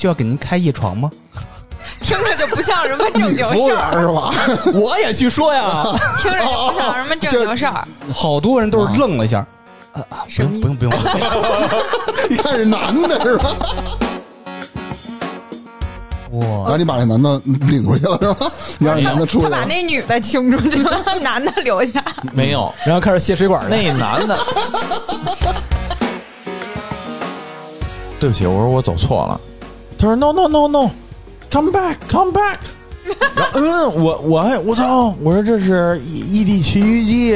需要给您开夜床吗？ 听着就不像什么正经事儿， 是吧？我也去说呀， 听着就不像什么正经事儿。 好多人都是愣了一下，不用， 你看是男的是吧？ 哇！ 然后你把那男的领出去了是吧？你让男的出去， 他把那女的清出去了，男的留下。 没有， 然后开始卸水管了。 那男的，对不起，我说我走错了。他说 no，come back。然后我操！我说这是异地奇遇记。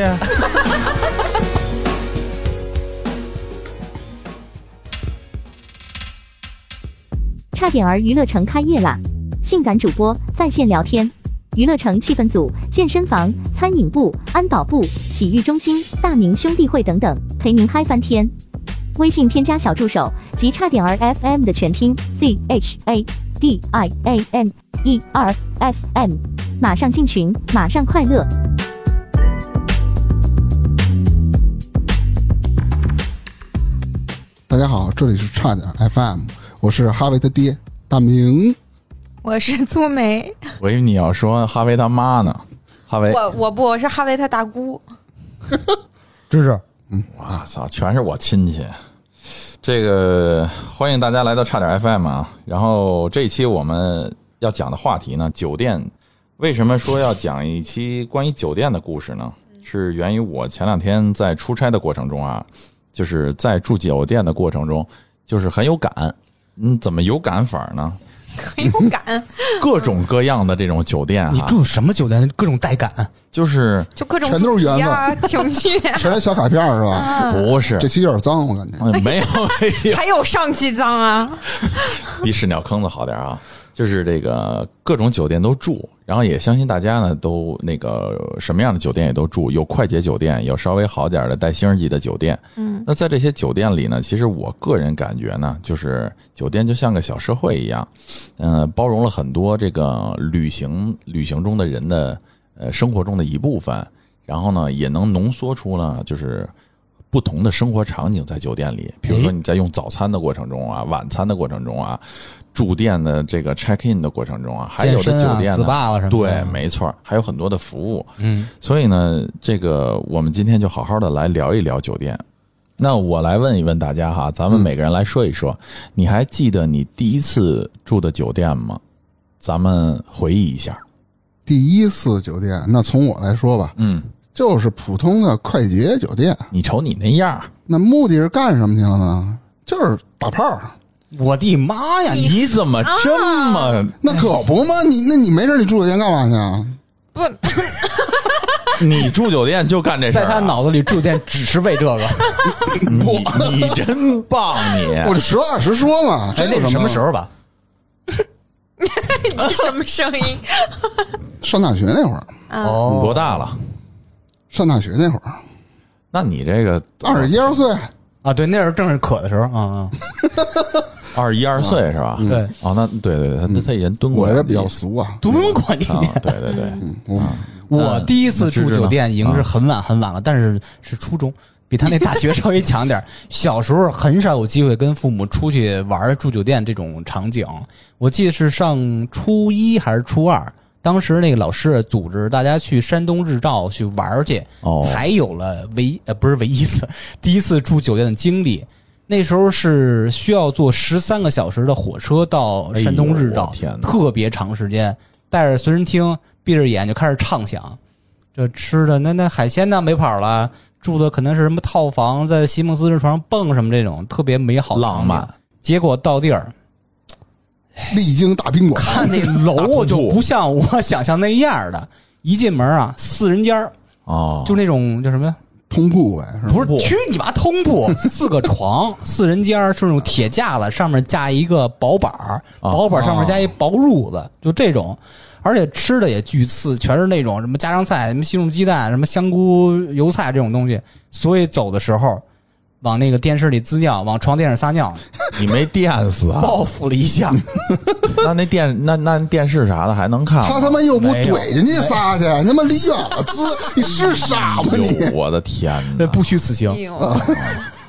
差点儿娱乐城开业啦！性感主播在线聊天，娱乐城气氛组、健身房、餐饮部、安保部、洗浴中心、大明兄弟会等等，陪您嗨翻天。微信添加小助手及差点儿 FM 的全拼 CHADIANERFM， 马上进群，马上快乐。 大家好，这里是差点 FM， 我是哈维的爹大明， 我是粗梅， 我以为你要说哈维他妈呢，哈维， 我是哈维他大姑， 芝芝， 我操，全是我亲戚。这个欢迎大家来到差点 FM 啊，然后这一期我们要讲的话题呢，酒店。为什么说要讲一期关于酒店的故事呢？是源于我前两天在出差的过程中啊，就是在住酒店的过程中，就是很有感。怎么有感法呢？ 很有感， 各种各样的这种酒店， 你住什么酒店？各种带感， 就各种全都是缘分，情趣， 全是小卡片是吧？ 不是， 这期有点脏，我感觉。 没有， 还有上期脏啊， 比屎尿坑子好点啊。就是这个各种酒店都住，然后也相信大家呢都那个什么样的酒店也都住，有快捷酒店，有稍微好点的带星级的酒店。那在这些酒店里呢，其实我个人感觉呢，就是酒店就像个小社会一样，包容了很多这个旅行中的人的生活中的一部分，然后呢也能浓缩出了就是不同的生活场景在酒店里，比如说你在用早餐的过程中啊，晚餐的过程中啊，住店的这个 check in 的过程中啊，还有的酒店呢 SPA 了什么的， 对，没错，还有很多的服务。所以呢，这个我们今天就好好的来聊一聊酒店。那我来问一问大家哈，咱们每个人来说一说，你还记得你第一次住的酒店吗？咱们回忆一下。 第一次酒店，那从我来说吧，就是普通的快捷酒店。 你瞅你那样， 那目的是干什么去了呢？就是打炮。 我的妈呀！ 你怎么这么…… 那可不嘛！你没事，你住酒店干嘛去啊？ 不， 你住酒店就干这事儿、啊？ 在他脑子里，住店只是为这个。 你真棒你！ 我就实话实说嘛。 那是什么时候吧？ 你这什么声音？ 上大学那会儿。 哦， 你多大了？ 上大学那会儿。 那你这个 21、22岁啊？对，那时候正是渴的时候啊。 21、22岁是吧？ 对。 哦，那对，他以前蹲过。 我这比较俗啊， 蹲过你。 对。 我第一次住酒店已经是很晚了，但是初中，比他那大学稍微强点。小时候很少有机会跟父母出去玩住酒店这种场景。我记得是上初一还是初二，当时那个老师组织大家去山东日照去玩去，才有了第一次住酒店的经历。那时候是需要坐13个小时的火车到山东日照，特别长时间，带着随身听，闭着眼就开始畅想。这吃的那海鲜呢没跑了，住的可能是什么套房，在席梦思这床上蹦什么这种特别美好浪漫。 结果到地儿， 丽晶大宾馆， 看那楼就不像我想象那样的。一进门啊，4人间就那种叫什么呀？ 通铺呗， 不是去你妈通铺，4个床，4人间是那种铁架子，上面架一个薄板，薄板上面加一薄褥子，就这种。而且吃的也巨次，全是那种什么家常菜，什么西红柿鸡蛋，什么香菇油菜这种东西。所以走的时候，往那个电视里滋尿，往床垫上撒尿。 你没电死啊？ 报复了一下。 那电视啥的还能看吗？ 他妈又不怼进去撒去，他妈离远了滋，你是傻吗你？ 我的天哪！ 不虚此行。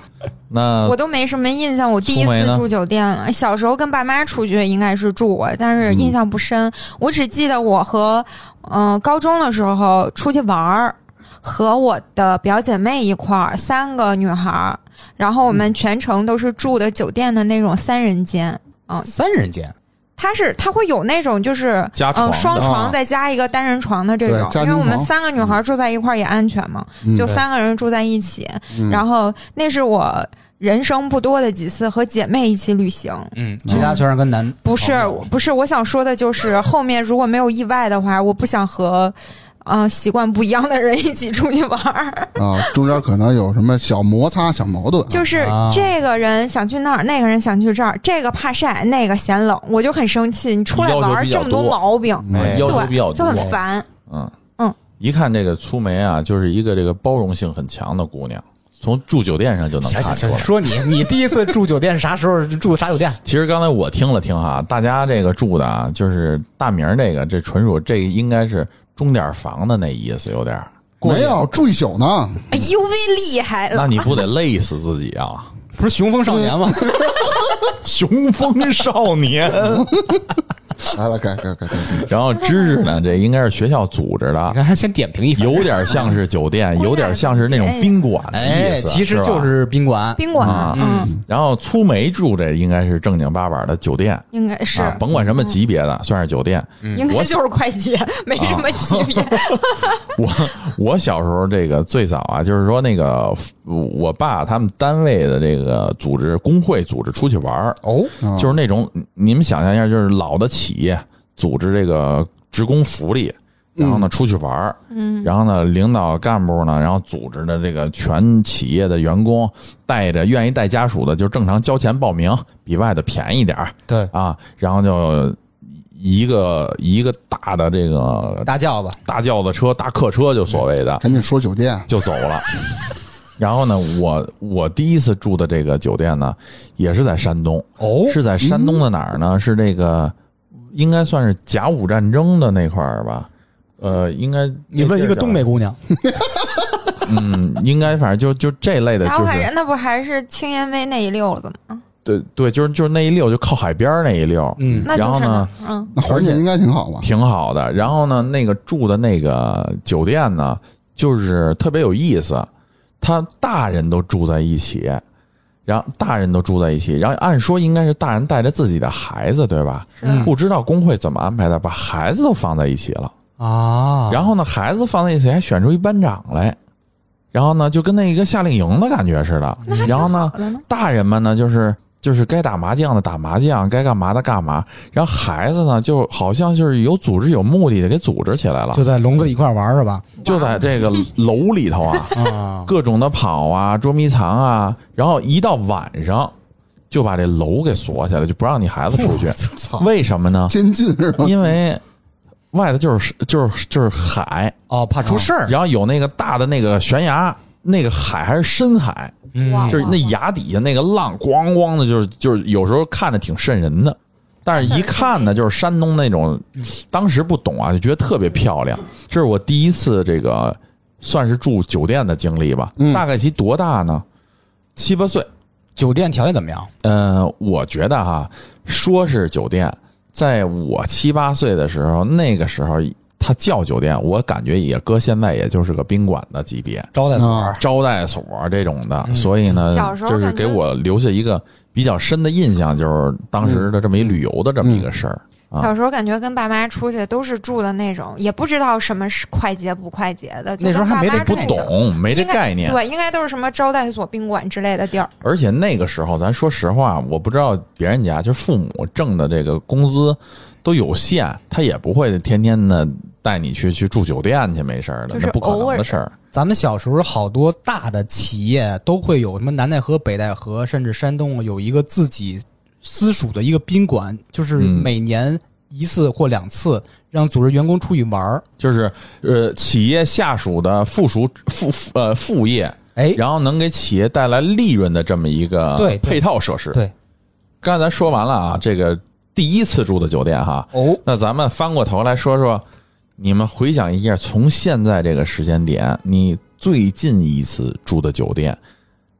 那我都没什么印象，我第一次住酒店了。小时候跟爸妈出去应该是住过，但是印象不深。我只记得我和高中的时候出去玩儿，和我的表姐妹一块儿，3个女孩，然后我们全程都是住的酒店的那种3人间。 3人间。 它会有那种就是双床再加一个单人床的这种，因为我们3个女孩住在一块儿也安全嘛，就3个人住在一起。然后那是我人生不多的几次和姐妹一起旅行。 其他全是跟男不是，我想说的就是后面如果没有意外的话，我不想和习惯不一样的人一起出去玩中间可能有什么小摩擦、小矛盾， 就是这个人想去那儿，那个人想去这儿，这个怕晒，那个嫌冷，我就很生气。你出来玩这么多毛病， 要求比较多， 就很烦。 一看这个粗梅啊，就是一个这个包容性很强的姑娘。从住酒店上就能看出来。 说你第一次住酒店是啥时候？住的啥酒店？ 其实刚才我听了听哈，大家这个住的啊，就是大名这纯属这应该是钟点房的那意思，有点没有住一宿呢。 哎呦喂，厉害了！ 那你不得累死自己啊？ 不是雄风少年吗？ 雄风少年。 来了，改。 然后知识呢，这应该是学校组织的。 你看，先点评一番， 有点像是酒店，有点像是那种宾馆的意思。 其实就是宾馆。 宾馆， 然后粗梅住这应该是正经八百的酒店， 应该是甭管什么级别的，算是酒店。 应该就是快捷，没什么级别。 我小时候这个最早啊，就是说那个我爸他们单位的这个组织工会组织出去玩就是那种你们想象一下，就是老的企业组织这个职工福利，然后呢出去玩然后呢领导干部呢，然后组织的这个全企业的员工愿意带家属的，就正常交钱报名，比外的便宜点对啊，然后就一个大的这个大轿子车、大客车，就所谓的赶紧说酒店就走了。然后呢，我第一次住的这个酒店呢，也是在山东是在山东的哪儿呢？是这个应该算是甲午战争的那块儿吧？应该你问一个东北姑娘， 应该反正就这类的， 甲午就是那不还是青岩威那一溜子吗？ 对，就是那一溜，就靠海边那一溜。然后呢， 那环境应该挺好吧？ 挺好的。然后呢，那个住的那个酒店呢，就是特别有意思。他大人都住在一起，然后按说应该是大人带着自己的孩子，对吧？不知道工会怎么安排的，把孩子都放在一起了啊。 然后呢，孩子放在一起还选出一班长来，然后呢，就跟那一个夏令营的感觉似的。然后呢，大人们呢就是该打麻将的打麻将，该干嘛的干嘛。然后孩子呢，就好像就是有组织有目的的给组织起来了， 就在笼子一块玩是吧？ 就在这个楼里头啊，各种的跑啊、捉迷藏啊，然后一到晚上就把这楼给锁起来，就不让你孩子出去。为什么呢？ 监禁是吧？ 因为外头就是海怕出事儿。 然后有那个大的那个悬崖，那个海还是深海。就是那崖底下那个浪咣咣的，就是有时候看着挺瘆人的，但是一看呢，就是山东那种，当时不懂啊，就觉得特别漂亮。这是我第一次这个算是住酒店的经历吧。大概其多大呢？7、8岁。 酒店条件怎么样？ 我觉得哈，说是酒店，在我7、8岁的时候，那个时候它叫酒店，我感觉也搁现在也就是个宾馆的级别，招待所这种的。所以呢，就是给我留下一个比较深的印象，就是当时的这么一旅游的这么一个事儿。 小时候感觉跟爸妈出去都是住的那种，也不知道什么是快捷不快捷的， 那时候还没这不懂，没这概念。 对，应该都是什么招待所、宾馆之类的地儿。 而且那个时候，咱说实话，我不知道别人家，就是父母挣的这个工资都有限，他也不会天天的带你去住酒店去，没事的，那不可能的事儿。 咱们小时候好多大的企业都会有什么南戴河、北戴河，甚至山东有一个自己私属的一个宾馆，就是每年1次或2次让组织员工出去玩， 就是企业下属的副业，然后能给企业带来利润的这么一个配套设施。 对， 刚才咱说完了啊，这个第一次住的酒店哈，那咱们翻过头来说说，你们回想一下，从现在这个时间点，你最近一次住的酒店，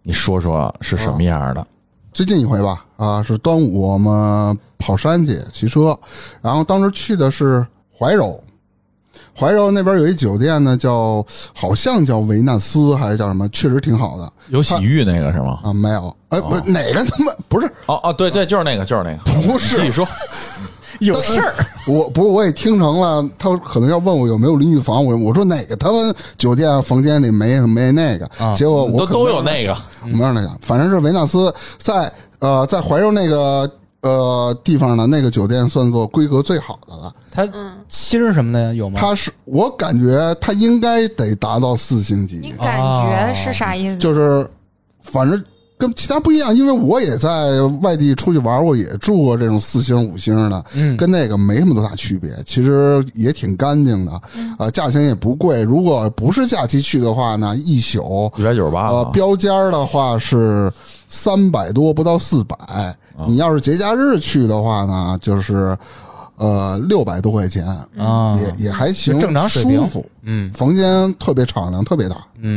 你说说是什么样的？ 最近一回吧，是端午我们跑山去骑车，然后当时去的是怀柔那边有一酒店呢，好像叫维纳斯还是叫什么，确实挺好的。 有洗浴那个是吗？ 没有，不是哪个他妈不是？ 对，就是那个， 不是， 自己说。 有事儿， 我也听成了，他可能要问我有没有淋浴房，我说哪个他们酒店房间里没那个，结果我都有那个， 没有那个，反正是维纳斯在怀柔那个地方呢，那个酒店算作规格最好的了。 它星什么的有吗？ 我感觉它应该得达到4星级。 你感觉是啥意思？ 就是反正跟其他不一样，因为我也在外地出去玩，我也住过这种4星5星的，跟那个没什么多大区别，其实也挺干净的，价钱也不贵。如果不是假期去的话呢，一宿 198， 标间的话是300多，不到400。你要是节假日去的话呢，就是600多块钱也还行， 正常水平， 舒服。房间特别敞亮，特别大。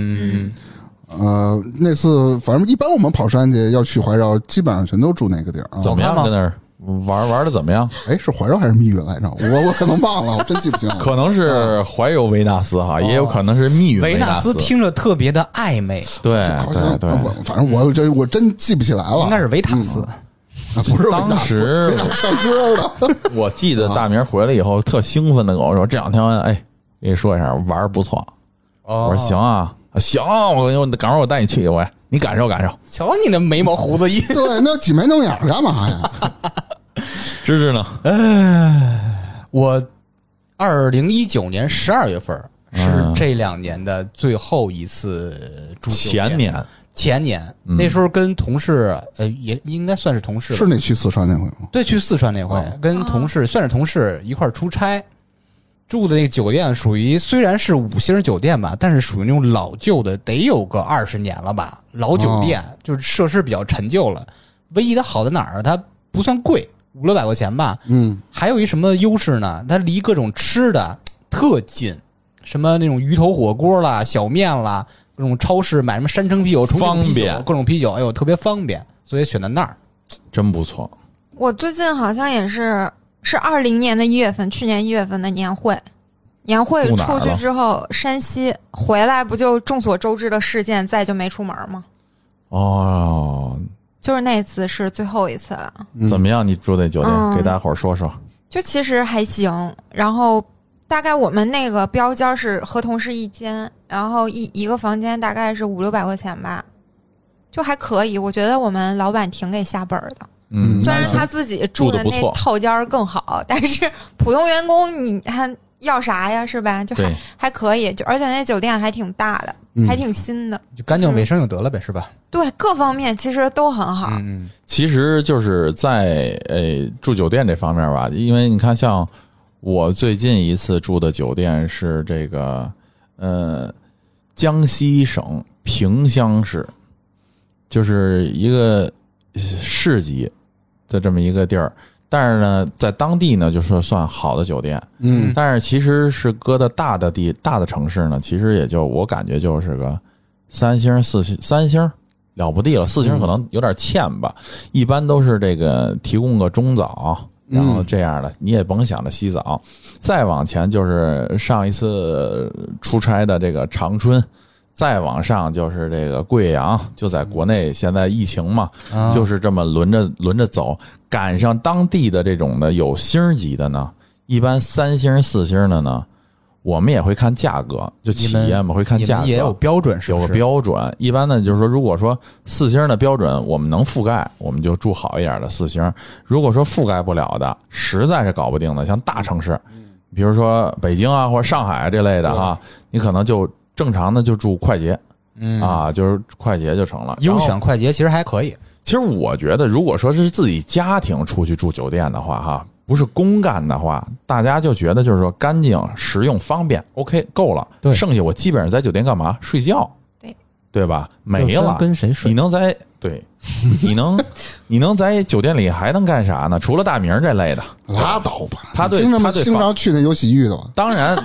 那次反正一般我们跑山去要去怀柔，基本上全都住那个地儿。 怎么样？跟那儿玩的怎么样？ 是怀柔还是密云来着？我可能忘了，我真记不清了。 可能是怀柔维纳斯哈，也有可能是密云维纳斯。听着特别的暧昧。 对， 反正我真记不起来了。 应该是维塔斯。 不是当时唱歌的。 我记得大明回来以后特兴奋的跟我说：“这2天跟你说一下，玩不错。”我说：“行啊。”行，我赶会我带你去一回，你感受感受。 瞧你那眉毛胡子一， 对，那挤眉弄眼干嘛呀？ 芝芝呢？ 我2019年12月份是这2年的最后一次住酒店。前年那时候跟同事，也应该算是同事， 是那去四川那回吗？ 对，去四川那回，跟同事算是同事一块儿出差。住的那个酒店属于虽然是5星酒店吧，但是属于那种老旧的，得有个20年了吧，老酒店，就是设施比较陈旧了。唯一的好在哪儿？它不算贵，500-600块钱吧。还有一什么优势呢？它离各种吃的特近，什么那种鱼头火锅啦、小面啦，各种超市买什么山城啤酒、重庆啤酒、各种啤酒，特别方便，所以选在那儿， 真不错。 我最近好像也是20年的1月份，去年1月份的年会出去之后，山西回来不就众所周知的事件，再就没出门吗？就是那次是最后一次了。 怎么样？你住那酒店，给大家伙说说。 就其实还行，然后大概我们那个标间是和同事一间，然后一个房间大概是500-600块钱吧，就还可以。我觉得我们老板挺给下本的。虽然他自己住的那套间更好，但是普通员工你还要啥呀，是吧？就还可以，而且那酒店还挺大的，还挺新的， 就干净卫生就得了呗，是吧？ 对，各方面其实都很好。 其实就是在住酒店这方面吧，因为你看，像我最近一次住的酒店是这个江西省萍乡市，就是一个市级的这么一个地儿。但是呢，在当地呢，就说算好的酒店，但是其实是搁的大的城市呢，其实也就我感觉就是个3星、4星，3星了不地了，4星可能有点欠吧。一般都是这个提供个中早，然后这样的，你也甭想着洗澡。再往前就是上一次出差的这个长春。再往上就是这个贵阳，就在国内现在疫情嘛，就是这么轮着走，赶上当地的这种的有星级的呢，一般3星4星的呢，我们也会看价格，就企业我们会看价格， 也有标准， 有个标准。一般呢就是说，如果说4星的标准我们能覆盖，我们就住好一点的4星；如果说覆盖不了的，实在是搞不定的，像大城市，比如说北京啊或者上海这类的哈，你可能就正常的就住快捷，就是快捷就成了。 优选快捷其实还可以。 其实我觉得，如果说是自己家庭出去住酒店的话，哈，不是公干的话，大家就觉得就是说干净、实用、方便 ，OK 够了。 对， 剩下我基本上在酒店干嘛？睡觉，对吧？没了， 跟谁睡？ 你能在你能在酒店里还能干啥呢？除了大名这类的， 拉倒吧。 他对经常去那有洗浴的吧？ 当然。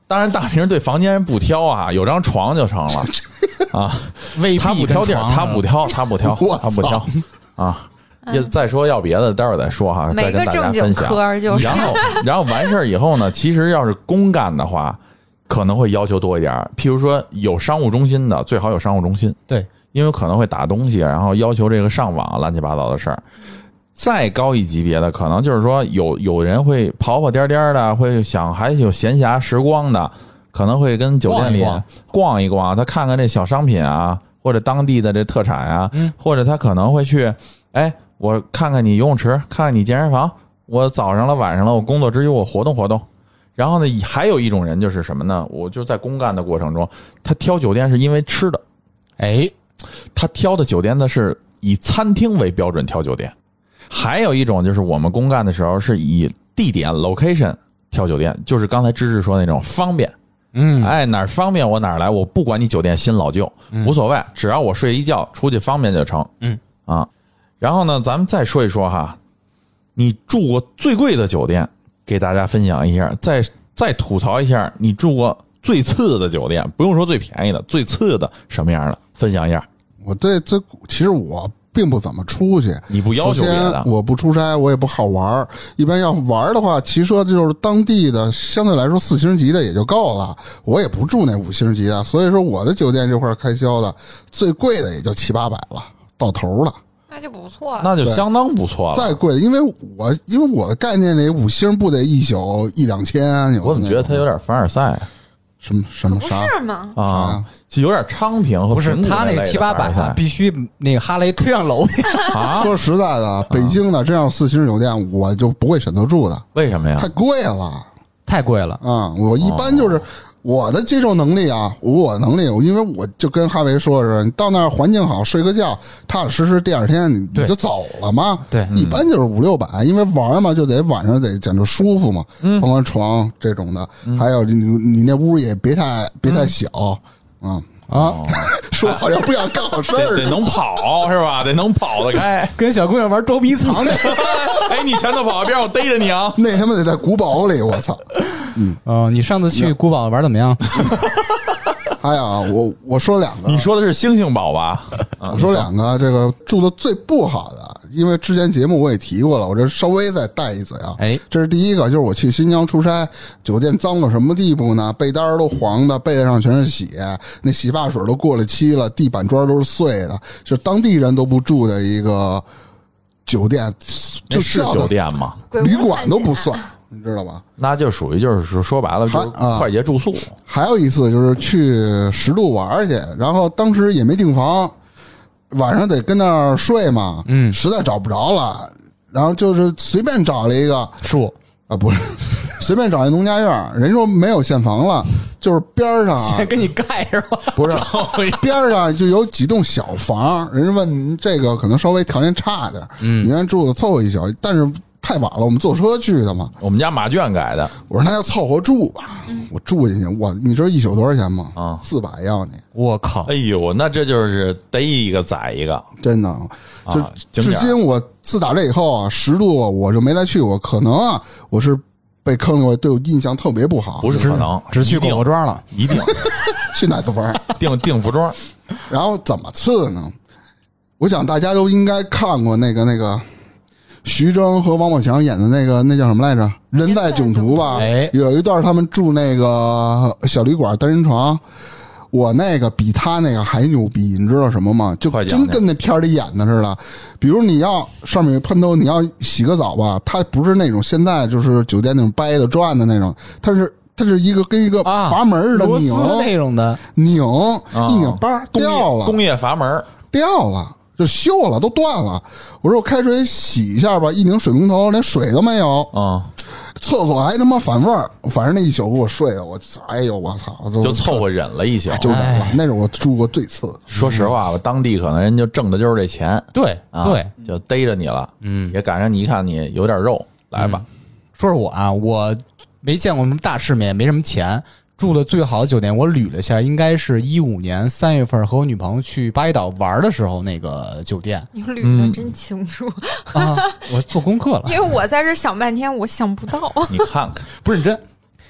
当然，大明对房间不挑啊，有张床就成了啊。他不挑地儿，他不挑啊。也再说要别的，待会儿再说哈，再跟大家分享。然后完事儿以后呢，其实要是公干的话，可能会要求多一点。譬如说有商务中心的，最好有商务中心， 对， 因为可能会打东西，然后要求这个上网乱七八糟的事儿。再高一级别的，可能就是说有人会跑跑颠颠的，会想还有闲暇时光的，可能会跟酒店里逛一逛，他看看这小商品啊，或者当地的这特产啊，或者他可能会去，哎，我看看你游泳池，看看你健身房，我早上了晚上了，我工作之余我活动活动。然后呢，还有一种人就是什么呢？我就在公干的过程中，他挑酒店是因为吃的，哎，他挑的酒店呢是以餐厅为标准挑酒店。还有一种就是我们公干的时候是以地点 location 挑酒店，就是刚才芝芝说那种方便，哎，哪儿方便我哪儿来，我不管你酒店新老旧，无所谓，只要我睡一觉出去方便就成，然后呢，咱们再说一说哈，你住过最贵的酒店，给大家分享一下，再吐槽一下你住过最次的酒店，不用说最便宜的，最次的什么样的，分享一下。 我对这其实我并不怎么出去， 你不要求别的， 我不出差，我也不好玩。一般要玩的话，骑车就是当地的，相对来说4星级的也就够了。我也不住那5星级的，所以说我的酒店这块开销的最贵的也就700-800了，到头了。 那就不错了， 那就相当不错了。 再贵的，因为我的概念里5星不得一宿1-2千。 我怎么觉得它有点凡尔赛？ 什么啥？ 是吗？ 啊，就有点昌平和不是他那个700-800必须那个哈雷推上楼啊！说实在的，北京的这样4星酒店我就不会选择住的。 为什么呀？ 太贵了， 太贵了啊！我一般就是。我的接受能力啊，我能力，因为我就跟哈维说是，你到那儿环境好，睡个觉，踏踏实实，第二天你就走了嘛。 对， 一般就是500-600，因为玩嘛，就得晚上得讲究舒服嘛，包括床这种的，还有你那屋也别太小啊，说好像不想干好事儿， 得能跑是吧？得能跑得开， 跟小姑娘玩捉迷藏去。 哎，你前头跑一边，我逮着你啊！ 那他妈得在古堡里，我操！ 你上次去古堡玩怎么样？ 哎呀，我说两个， 你说的是星星堡吧？ 我说两个，这个住的最不好的，因为之前节目我也提过了，我这稍微再带一嘴啊。 哎， 这是第一个，就是我去新疆出差，酒店脏到什么地步呢？被单都黄的，被子上全是血，那洗发水都过了期了，地板砖都是碎的，就当地人都不住的一个酒店，就是酒店吗？ 旅馆都不算。你知道吧？ 那就属于就是说白了就是快捷住宿。 还有一次就是去10度玩去，然后当时也没订房，晚上得跟那儿睡嘛，实在找不着了，然后就是随便找了一个树啊，不是随便找一农家院，人说没有现房了，就是边上先给你盖是吧？ 不是边上就有几栋小房，人家问这个可能稍微条件差点，你愿住的凑合一宿，但是。太晚了，我们坐车去的嘛。 我们家马圈改的。 我说那要凑合住吧，我住进去，你知道一宿多少钱吗？400要你。 我靠！ 哎呦，那这就是逮一个宰一个， 真的。就至今我自打这以后啊，10度我就没再去过，可能啊，我是被坑了，对我印象特别不好。 不是可能， 只去狗庄了， 一定去哪次房？ 定服装。 然后怎么次呢？我想大家都应该看过那个。徐峥和王宝强演的那叫什么来着？《人在囧途》吧。 哎， 有一段他们住那个小旅馆单人床，我那个比他那个还牛逼，你知道什么吗？就真跟那片里演的似的。比如你要上面喷头，你要洗个澡吧，它不是那种现在就是酒店那种掰的转的那种，它是一个跟一个阀门的拧那种的拧，一拧叭掉了， 工业阀门掉了。就锈了，都断了。我说我开水洗一下吧，一拧水龙头连水都没有厕所还他妈反味儿。反正那一宿给我睡的，哎呦我操， 就凑合忍了一宿， 就忍了。那是我住过最次的。 说实话吧，当地可能人就挣的就是这钱， 对对， 就逮着你了，也赶上你一看你有点肉，来吧。 说是我啊，我没见过什么大世面，也没什么钱。住的最好的酒店，我捋了下，应该是15年3月份和我女朋友去巴厘岛玩的时候那个酒店。 你捋的真清楚啊！我做功课了， 因为我在这想半天，我想不到。 你看看， 不认真。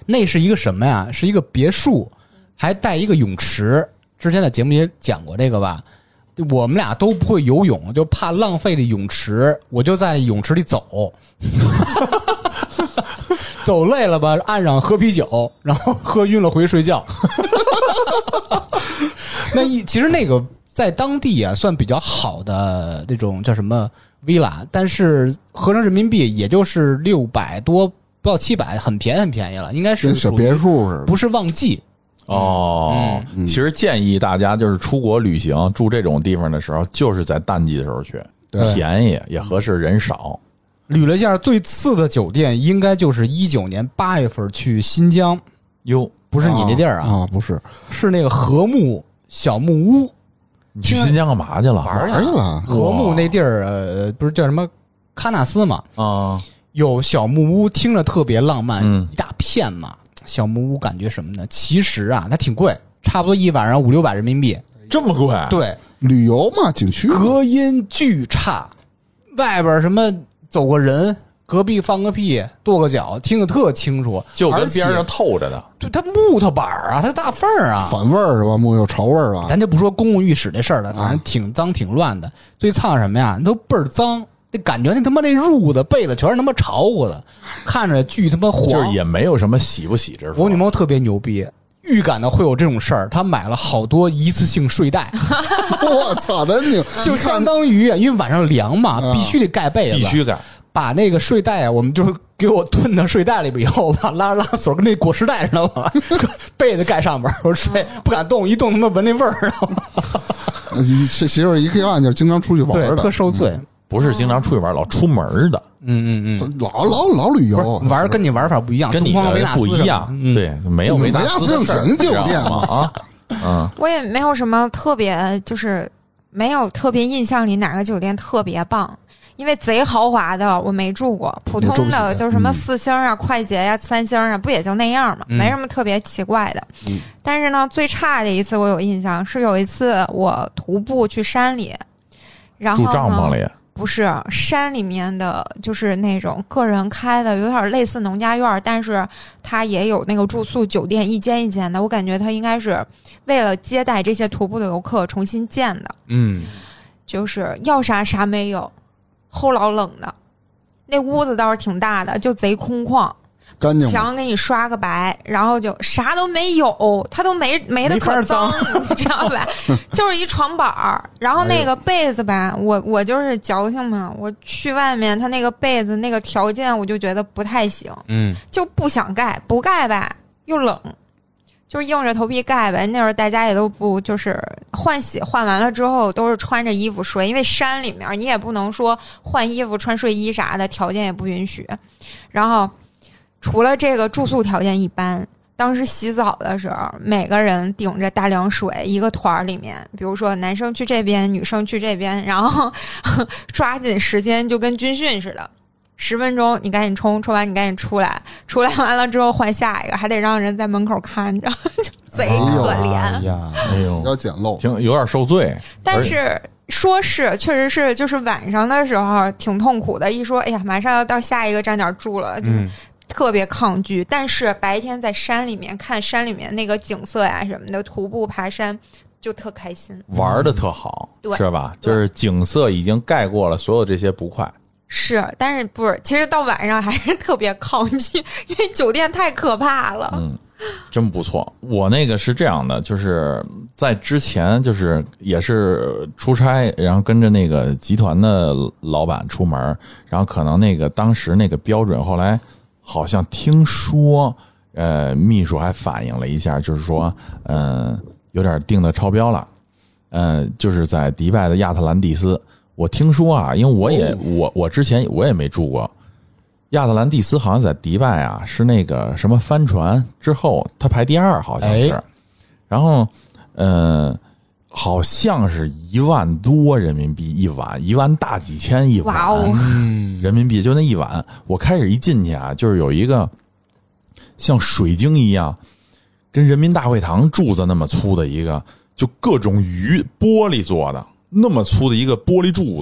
那是一个什么呀？是一个别墅，还带一个泳池。之前在节目也讲过这个吧？我们俩都不会游泳，就怕浪费这泳池，我就在泳池里走。走累了吧，岸上喝啤酒，然后喝晕了回去睡觉。其实那个在当地啊算比较好的那种叫什么 villa， 但是合成人民币也就是600多，不到700，很便宜了，应该是小别墅似的， 不是旺季。 其实建议大家就是出国旅行住这种地方的时候，就是在淡季的时候去，便宜也合适，人少。 捋了一下，最次的酒店应该就是19年8月份去新疆。 哟， 不是你那地儿啊？ 不是， 是那个和睦小木屋。 你去新疆干嘛去了？ 玩去了。 和睦那地儿，不是叫什么喀纳斯嘛？ 啊， 有小木屋，听着特别浪漫，一大片嘛。小木屋感觉什么呢？其实啊，它挺贵，差不多一晚上500-600人民币， 这么贵？ 对， 旅游嘛，景区隔音巨差，外边什么走个人，隔壁放个屁，跺个脚，听得特清楚， 就跟边上透着的。 对，它木头板啊，它大缝啊， 反味儿是吧？木有潮味儿吧？ 咱就不说公共浴室这事儿了，反正挺脏挺乱的。最操什么呀？都倍儿脏。那感觉那他妈那褥子被子全是他妈潮乎的，看着巨他妈黄， 就是也没有什么洗不洗之说。 我女朋友特别牛逼，预感到会有这种事儿，她买了好多一次性睡袋。 我操，真牛！ 就相当于因为晚上凉嘛，必须得盖被子， 必须盖。 把那个睡袋啊，我们就是给我吞到睡袋里边以后，把拉锁跟那裹尸袋似的，把被子盖上边，我睡不敢动，一动他妈闻那味儿。 媳妇一看就经常出去玩的， 对，特受罪。 不是经常出去玩，老出门的。 老旅游玩，跟你玩法不一样， 跟你不一样。对，没有维纳斯这种酒店嘛啊。 我也没有什么特别，就是没有特别印象里哪个酒店特别棒，因为贼豪华的我没住过，普通的就是什么4星啊、快捷呀、3星啊，不也就那样嘛，没什么特别奇怪的。但是呢，最差的一次我有印象是有一次我徒步去山里，然后住帐篷里。 不是山里面的，就是那种个人开的，有点类似农家院，但是它也有那个住宿酒店，一间一间的。我感觉它应该是为了接待这些徒步的游客重新建的。就是要啥啥没有，齁老冷的。那屋子倒是挺大的，就贼空旷。 干净， 墙给你刷个白，然后就啥都没有，它都没得可脏，你知道吧？就是一床板儿，然后那个被子吧，我就是矫情嘛，我去外面，它那个被子那个条件，我就觉得不太行，就不想盖，不盖吧又冷，就是硬着头皮盖呗。那会儿大家也都不就是换洗，换完了之后都是穿着衣服睡，因为山里面你也不能说换衣服穿睡衣啥的，条件也不允许，然后。除了这个住宿条件一般，当时洗澡的时候，每个人顶着大凉水，一个团里面，比如说男生去这边，女生去这边，然后抓紧时间，就跟军训似的，10分钟你赶紧冲完你赶紧出来完了之后换下一个，还得让人在门口看着，就贼可怜。 哎呦， 要简陋， 有点受罪。 但是说是确实是，就是晚上的时候挺痛苦的。一说哎呀，马上要到下一个站点住了，就特别抗拒。但是白天在山里面看山里面那个景色呀什么的，徒步爬山就特开心， 玩的特好，是吧？就是景色已经盖过了所有这些不快。 是，但是不是？其实到晚上还是特别抗拒，因为酒店太可怕了。 真不错。我那个是这样的，就是在之前就是也是出差，然后跟着那个集团的老板出门，然后可能那个当时那个标准，后来好像听说秘书还反映了一下，就是说有点定的超标了。就是在迪拜的亚特兰蒂斯，我听说啊，因为我之前我也没住过。亚特兰蒂斯好像在迪拜啊，是那个什么帆船之后，它排第2，好像是。然后，好像是1万多人民币一晚，1万大几千一晚，人民币就那一晚。我开始一进去啊，就是有一个像水晶一样，跟人民大会堂柱子那么粗的一个，就各种鱼玻璃做的，那么粗的一个玻璃柱子。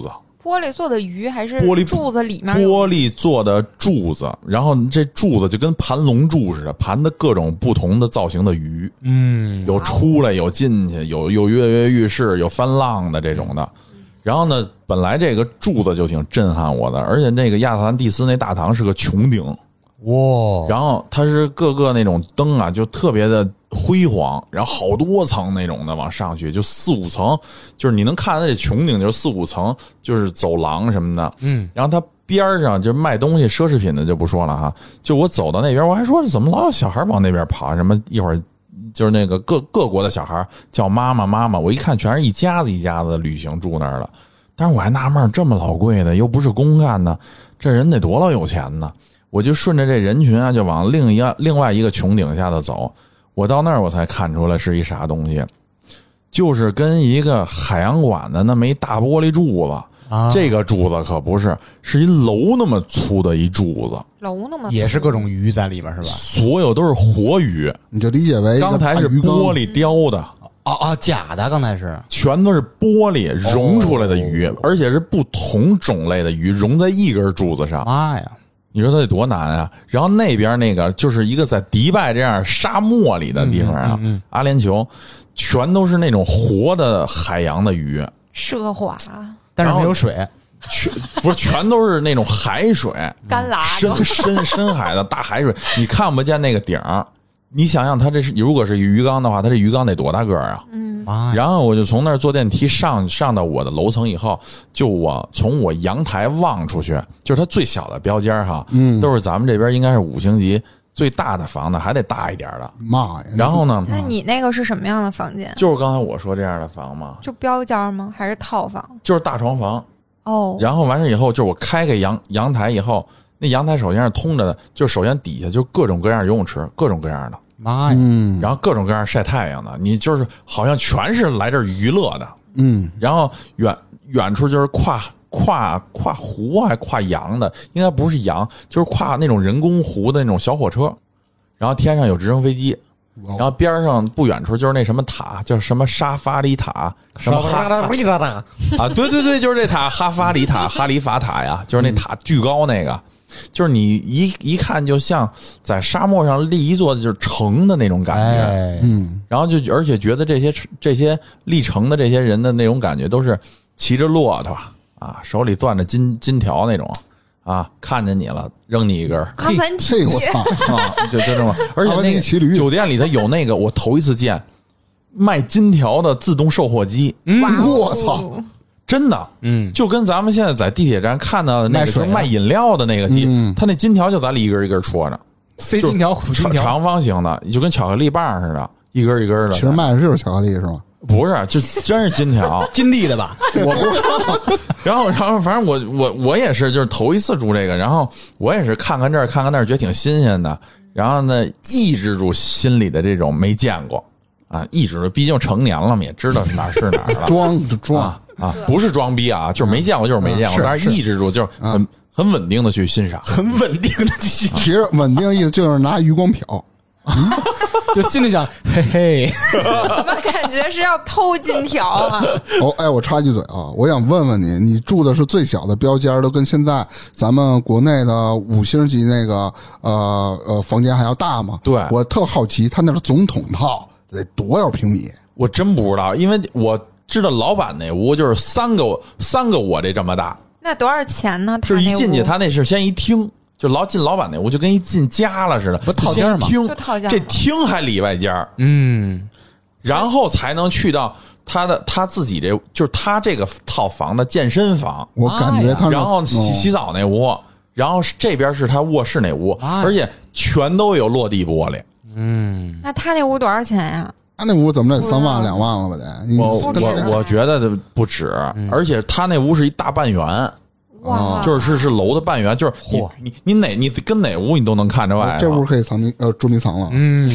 玻璃做的鱼还是玻璃柱子里面玻璃做的柱子，然后这柱子就跟盘龙柱似的，盘的各种不同的造型的鱼，有出来有进去，有跃跃欲试，有翻浪的这种的。然后呢，本来这个柱子就挺震撼我的，而且那个亚特兰蒂斯那大堂是个穹顶。 哇！ 然后它是各个那种灯啊，就特别的辉煌，然后好多层那种的往上去，就4、5层，就是你能看到这穹顶就是4、5层，就是走廊什么的。然后它边上就卖东西奢侈品的就不说了哈，就我走到那边，我还说怎么老有小孩往那边跑，什么一会儿就是那个各国的小孩叫妈妈妈妈，我一看全是一家子一家子的旅行住那儿了。但是我还纳闷，这么老贵的又不是公干的，这人得多老有钱呢？我就顺着这人群啊，就往另外一个穹顶下头走。我到那儿我才看出来是一啥东西，就是跟一个海洋馆的那么一大玻璃柱子。这个柱子可不是，是一楼那么粗的一柱子， 楼那么粗也是各种鱼在里边是吧？ 所有都是活鱼， 你就理解为刚才是玻璃雕的。 假的，刚才是全都是玻璃融出来的鱼，而且是不同种类的鱼融在一根柱子上。 妈呀！ 你说它得多难啊！然后那边那个就是一个在迪拜这样沙漠里的地方啊，阿联酋，全都是那种活的海洋的鱼， 奢华， 但是没有水， 全都是那种海水， 干拉深海的大海水，你看不见那个顶儿。你想想，它这是如果是鱼缸的话，它这鱼缸得多大个儿啊？然后我就从那儿坐电梯上到我的楼层以后，就我从我阳台望出去，就是它最小的标间哈，都是咱们这边应该是5星级，最大的房子还得大一点的。 妈呀！ 然后呢？ 那你那个是什么样的房间？ 就是刚才我说这样的房吗？ 就标间吗？还是套房？ 就是大床房。 哦。 然后完事以后，就是我开个阳台以后，那阳台首先是通着的，就首先底下就各种各样的游泳池，各种各样的。 妈呀！ 然后各种各样晒太阳的，你就是好像全是来这儿娱乐的。然后远处就是跨湖还跨洋的，应该不是洋，就是跨那种人工湖的那种小火车。然后天上有直升飞机，然后边上不远处就是那什么塔，叫什么沙发里塔，什么啊，对，就是这塔，哈利法塔呀，就是那塔巨高那个。就是你一看就像在沙漠上立一座就是城的那种感觉，然后就而且觉得这些立城的这些人的那种感觉都是骑着骆驼啊，手里攥着金条那种啊，看见你了扔你一根， 阿凡提， 我操啊，就这么，而且那个酒店里头有那个我头一次见卖金条的自动售货机， 我操！ 真的，就跟咱们现在在地铁站看到的那个是卖饮料的那个机，它那金条就咱里一根一根戳着， 塞金条、苦金条， 长方形的，就跟巧克力棒似的，一根一根的。 其实卖的是巧克力是吗？ 不是，就真是金条， 金地的吧？ 我不。然后反正我也是，就是头一次住这个，然后我也是看看这儿看看那儿，觉得挺新鲜的。然后呢，抑制住心里的这种没见过啊，抑制住，毕竟成年了嘛，也知道是哪儿了。 装。 啊，不是装逼啊，就是没见过，就是没见过，但是抑制住，就是很稳定的去欣赏， 很稳定的去欣赏。 其实稳定意思就是拿余光瞟， 就心里想，嘿嘿， 怎么感觉是要偷金条啊？ 我插一句嘴啊，我想问问你，你住的是最小的标间，都跟现在咱们国内的5星级那个房间还要大吗？ 对， 我特好奇，他那是总统套得多少平米？ 我真不知道，因为我知道老板那屋就是三个我这么大。 那多少钱呢？ 就是一进去，他那是先一厅，就进老板那屋就跟一进家了似的， 不套间吗？ 就套间， 这厅还里外间，然后才能去到他自己这，就是他这个套房的健身房。 我感觉他， 然后洗澡那屋，然后这边是他卧室那屋，而且全都有落地玻璃。 那他那屋多少钱呀？ 他那屋怎么得3万2万了吧得？ 我觉得不止，而且他那屋是一大半圆， 哇， 是楼的半圆，就是你跟哪屋你都能看着外。 这屋可以捉迷藏了。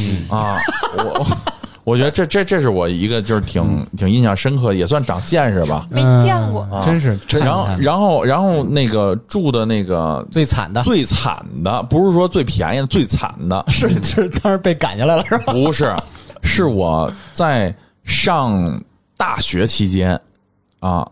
我觉得这是我一个就是挺印象深刻，也算长见识吧。 没见过， 真是。 然后那个住的那个最惨的， 不是说最便宜的，最惨的是当时被赶下来了是吧？ 不是。是我在上大学期间啊，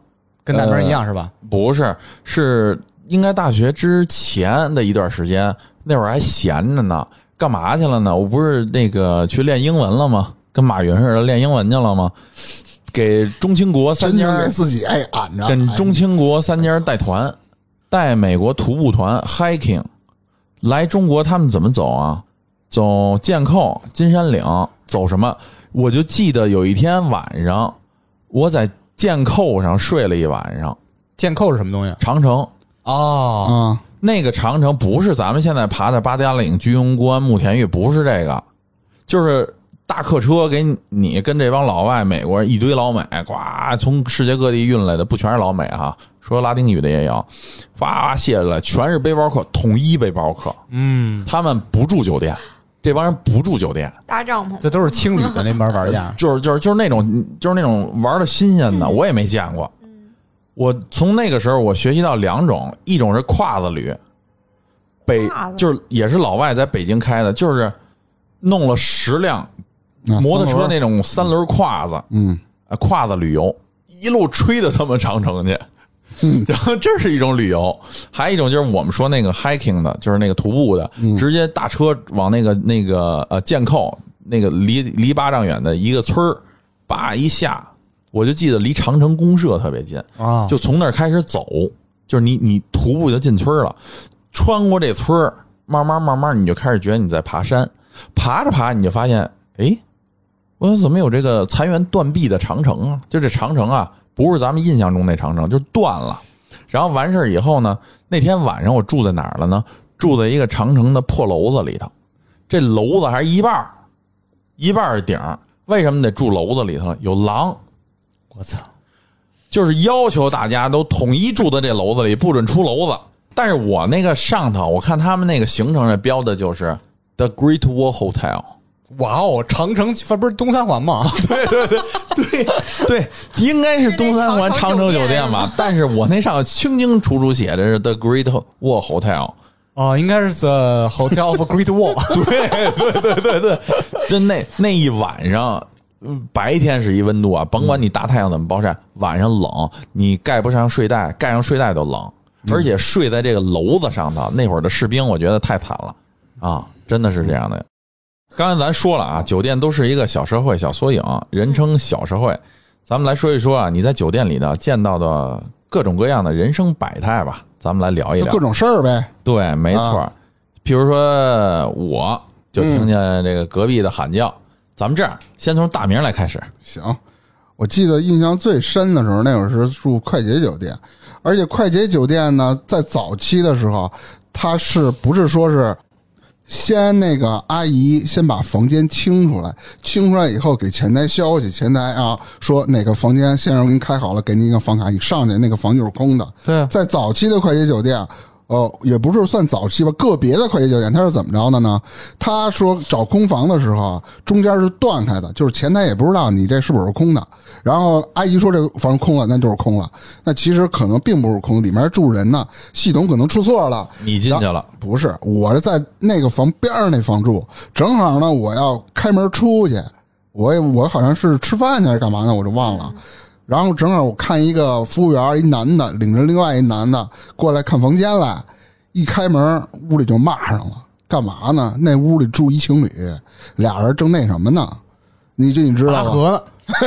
跟那边一样是吧？ 不是，是应该大学之前的一段时间，那会儿还闲着呢，干嘛去了呢？我不是那个去练英文了吗？跟马云似的练英文去了吗？给中青国3家给自己按着， 跟中青国3家带团，带美国徒步团 hiking 来中国，他们怎么走啊？走剑扣、金山岭，走什么？我就记得有一天晚上，我在剑扣上睡了一晚上。 剑扣是什么东西？ 长城哦， 那个长城不是咱们现在爬的八达岭、居庸关、慕田峪，不是这个，就是大客车给你跟这帮老外美国人一堆老美，呱，从世界各地运来的，不全是老美哈，说拉丁语的也有，哗卸下来，全是背包客，统一背包客，他们不住酒店。这帮人不住酒店， 搭帐篷， 这都是青旅的那边玩家， 就是那种玩的新鲜的，我也没见过。我从那个时候我学习到2种，一种是胯子旅，就是也是老外在北京开的，就是弄了10辆摩托车那种3轮胯子，胯子旅游，一路吹到他们长城去。然后这是一种旅游，还有一种就是我们说那个 hiking 的，就是那个徒步的，直接大车往那个剑扣那个离8丈远的一个村儿，叭一下，我就记得离长城公社特别近啊，就从那儿开始走，就是你徒步就进村了，穿过这村儿，慢慢你就开始觉得你在爬山，爬着爬你就发现，哎，我怎么有这个残垣断壁的长城啊？就这长城啊。不是咱们印象中那长城，就断了。然后完事以后呢，那天晚上我住在哪儿了呢？住在一个长城的破楼子里头。这楼子还是一半是顶。为什么得住楼子里头？有狼。 我操！ 就是要求大家都统一住在这楼子里，不准出楼子。但是我那个上头，我看他们那个行程上标的就是 The Great Wall Hotel。 哇哦，长城不是东三环吗？ 对，应该是东三环长城酒店吧。但是我那上清清楚楚写的是 The Great Wall Hotel。 哦，应该是 The Hotel of Great Wall。 对，真那一晚上，白天是一温度啊，甭管你大太阳怎么暴晒，晚上冷，你盖不上睡袋，盖上睡袋都冷，而且睡在这个楼子上头，那会儿的士兵我觉得太惨了啊，真的是这样的。刚才咱说了啊，酒店都是一个小社会、小缩影，人称小社会。咱们来说一说啊，你在酒店里呢见到的各种各样的人生百态吧，咱们来聊一聊各种事儿呗。 对，没错。比如说，我就听见这个隔壁的喊叫。咱们这样，先从大名来开始。 行，我记得印象最深的时候，那会儿是住快捷酒店，而且快捷酒店呢，在早期的时候，它是不是说是？先那个阿姨先把房间清出来以后给前台消息，前台啊说哪个房间先生给你开好了，给你一个房卡，你上去那个房就是空的。 对， 在早期的快捷酒店，也不是算早期吧，个别的快捷酒店它是怎么着的呢？他说找空房的时候，中间是断开的，就是前台也不知道你这是不是空的。然后阿姨说这个房空了，那就是空了。那其实可能并不是空，里面住人呢，系统可能出错了。 你进去了？ 不是，我是在那个房边上那房住，正好呢，我要开门出去，我好像是吃饭去还是干嘛呢，我就忘了。然后正好我看一个服务员，一男的领着另外一男的过来看房间来，一开门屋里就骂上了，干嘛呢？那屋里住一情侣，俩人正那什么呢？你知道吗？ 和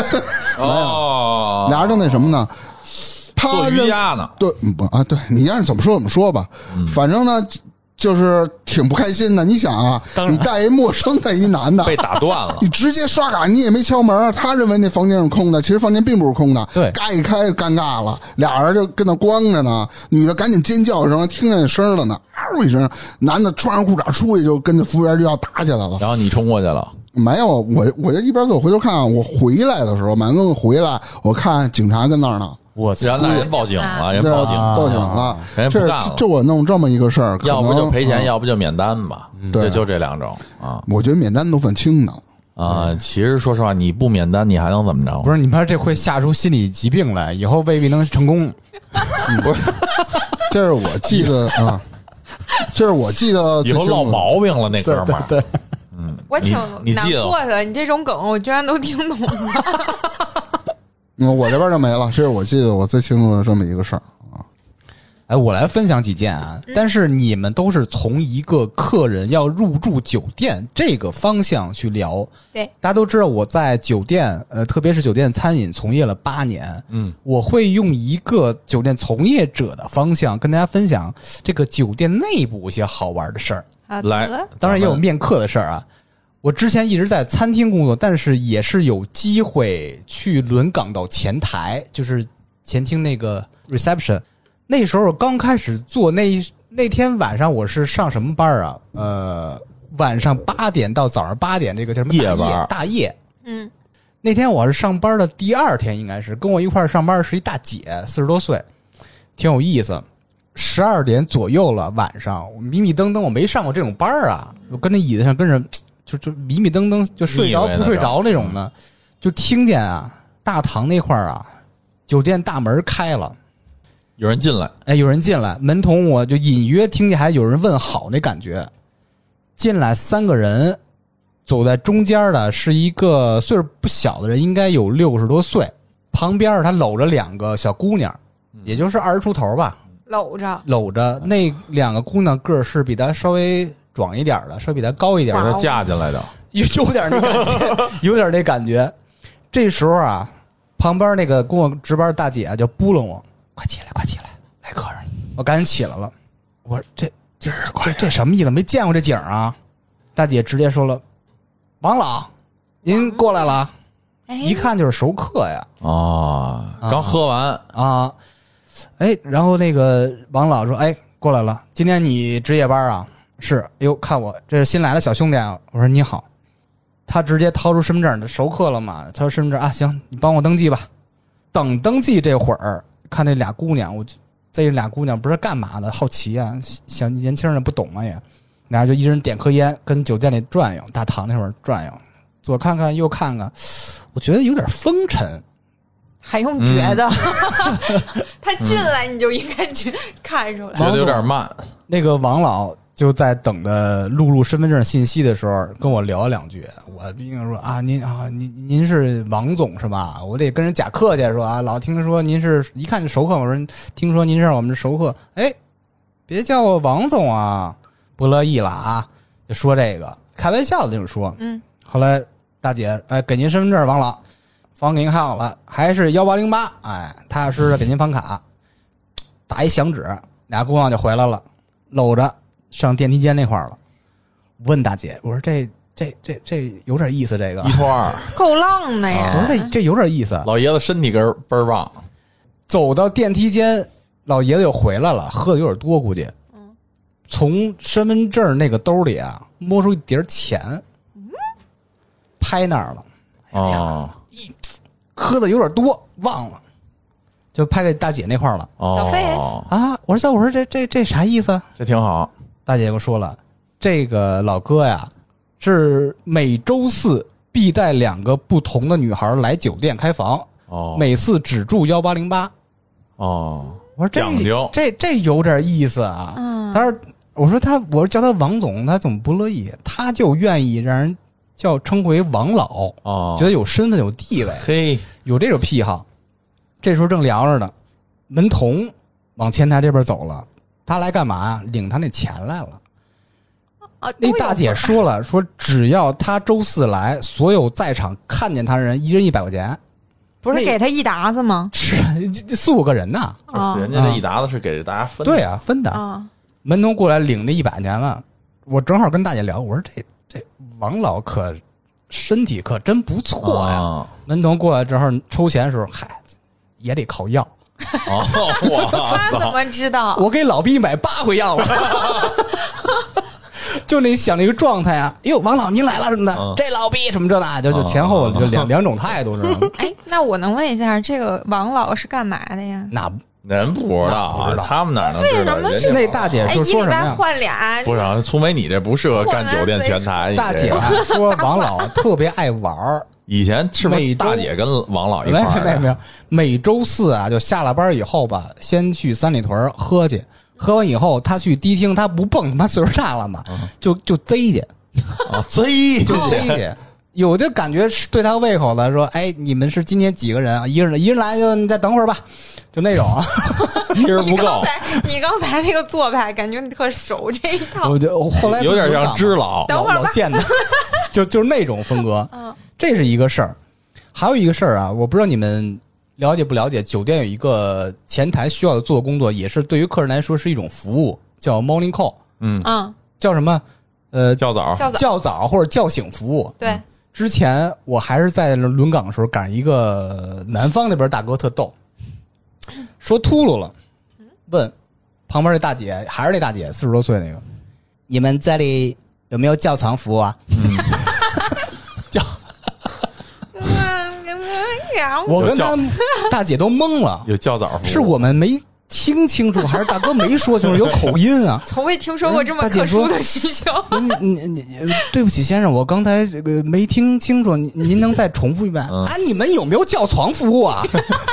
哦， 俩人正那什么呢？他做瑜伽呢？ 对，对，你让人怎么说怎么说吧，反正呢。就是挺不开心的，你想啊，你带一陌生的一男的被打断了， 你直接刷卡，你也没敲门，他认为那房间是空的，其实房间并不是空的， 对， 嘎一开尴尬了，俩人就跟那光着呢，女的赶紧尖叫一声，听见声了呢，嗷一声，男的穿上裤衩出去就跟着服务员就要打起来了， 然后你冲过去了。 没有，我就一边走回头看，我回来的时候，满哥回来，我看警察跟那儿呢。 我操！那人报警了，人报警了， 人不干了。 这我弄这么一个事儿， 要不就赔钱，要不就免单吧。 对， 就这两种啊。 我觉得免单都算轻的啊。其实说实话，你不免单，你还能怎么着？ 不是，你怕这会吓出心理疾病来，以后未必能成功。 不是， 这是我记得啊，这是我记得以后落毛病了，那哥们儿。 对， 我挺难过的。你这种梗，我居然都听懂了。 我这边就没了，这是我记得我最清楚的这么一个事儿啊。 哎，我来分享几件啊，但是你们都是从一个客人要入住酒店这个方向去聊。 对， 大家都知道我在酒店，特别是酒店餐饮从业了8年。我会用一个酒店从业者的方向跟大家分享这个酒店内部一些好玩的事儿。 来， 当然也有面客的事儿啊。我之前一直在餐厅工作，但是也是有机会去轮岗到前台，就是前厅那个 reception。那时候刚开始做，那天晚上我是上什么班啊？晚上8点到早上8点，这个叫什么夜班？ 大夜。那天我是上班的第2天，应该是跟我一块儿上班是一大姐，40多岁，挺有意思。12点左右了，晚上我迷迷瞪瞪，我没上过这种班啊，我跟那椅子上跟着就迷迷瞪瞪，就睡着不睡着那种的，就听见啊，大堂那块儿啊，酒店大门开了。 有人进来， 有人进来，门童我就隐约听见还有人问好那感觉。进来3个人，走在中间的是一个岁数不小的人，应该有60多岁，旁边他搂着2个小姑娘，也就是20出头吧，搂着。那2个姑娘个儿是比他稍微壮一点的，稍微比他高一点的， 他嫁进来的， 有点那感觉，有点那感觉。这时候啊，旁边那个跟我值班大姐啊就扑棱我。快起来，来客人！我赶紧起来了。我说这什么意思？没见过这景啊！大姐直接说了：“王老，您过来了。”一看就是熟客呀！ 刚喝完啊！然后那个王老说：“过来了，今天你值夜班啊？”是。看我这是新来的小兄弟啊！我说你好。他直接掏出身份证，熟客了嘛？他说身份证啊，行，你帮我登记吧。等登记这会儿。看那俩姑娘，这俩姑娘不是干嘛的，好奇啊，小年轻人不懂嘛也，俩人就一人点颗烟，跟酒店里转悠，大堂那会儿转悠，左看看右看看，我觉得有点风尘， 还用觉得？他进来你就应该去看出来， 觉得有点慢。 那个王老就在等着录入身份证信息的时候，跟我聊2句。我毕竟说啊，您是王总是吧？我得跟人假客气说啊，老听说您是一看就熟客，我说听说您是我们的熟客，别叫我王总啊，不乐意了啊，就说这个开玩笑的就说。后来大姐给您身份证，王老，房给您看好了，还是1808，踏踏实实给您房卡，打一响指，俩姑娘就回来了，搂着。上电梯间那块儿了，问大姐，我说这有点意思，这个 1拖2， 够浪的呀！ 我说这有点意思。 老爷子身体根倍儿棒。 走到电梯间，老爷子又回来了，喝的有点多，估计。从身份证那个兜里啊，摸出一叠钱，拍那儿了。喝的有点多，忘了。就拍给大姐那块儿了。 小费啊！我说这啥意思？ 这挺好。 大姐给我说了，这个老哥呀，是每周4必带2个不同的女孩来酒店开房，每次只住1808。我说讲究， 这有点意思啊。他说，我说叫他王总，他怎么不乐意？他就愿意让人称为王老，觉得有身份有地位，有这种癖好。这时候正聊着呢，门童往前台这边走了，他来干嘛呀？领他那钱来了。那大姐说了，说只要他周4来，所有在场看见他的人1人100块钱。 不是给他一沓子吗？ 是4、5个人呐。 人家这一沓子是给大家分的。 对啊，分的。门童过来领那100块钱了，我正好跟大姐聊，我说这王老可身体可真不错呀。门童过来之后抽钱的时候，也得靠药。 他怎么知道？ 我给老毕买8回药了。就那想那个状态啊，王老您来了什么的，这老毕什么这那，就前后就两种态度，知道吗？ 那我能问一下，这个王老是干嘛的呀？ 那人不知道，他们哪能知道？ 为什么那大姐说什么呀？ 换俩？ 不是，粗梅你这不适合干酒店前台。 大姐说王老特别爱玩。 以前是不是大姐跟王老一块儿？ 没有，每周4啊，就下了班以后吧，先去三里屯喝去。喝完以后，他去迪厅，他不蹦，他妈岁数大了嘛，就贼去， 贼就贼去。 有的感觉是对他胃口的，说哎，你们是今天几个人啊？一人来就你再等会儿吧，就那种啊， 一人不够。 你刚才那个做派，感觉你特熟这一套。 我就后来有点像知老， 等会儿吧老见的，就是那种风格。这是一个事儿，还有一个事儿啊，我不知道你们了解不了解，酒店有一个前台需要做的工作，也是对于客人来说是一种服务，叫 morning call。叫什么？ 叫早或者叫醒服务。 对。 之前我还是在轮岗的时候，赶上一个南方那边大哥特逗，说秃噜了，问旁边这大姐，还是那大姐40多岁那个，你们这里有没有叫床服务啊？叫，我跟他大姐都懵了， 有叫早服务， 是我们没听清楚，还是大哥没说清楚？有口音啊！ 从未听说过这么特殊的需求。 你对不起，先生，我刚才这个没听清楚，您能再重复一遍啊？你们有没有叫床服务啊？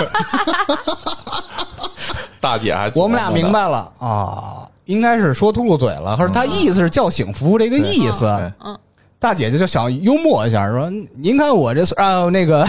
大姐还我们俩明白了啊，应该是说秃噜嘴了，或者他意思是叫醒服务这个意思。大姐就想幽默一下，说：“您看我这啊，那个，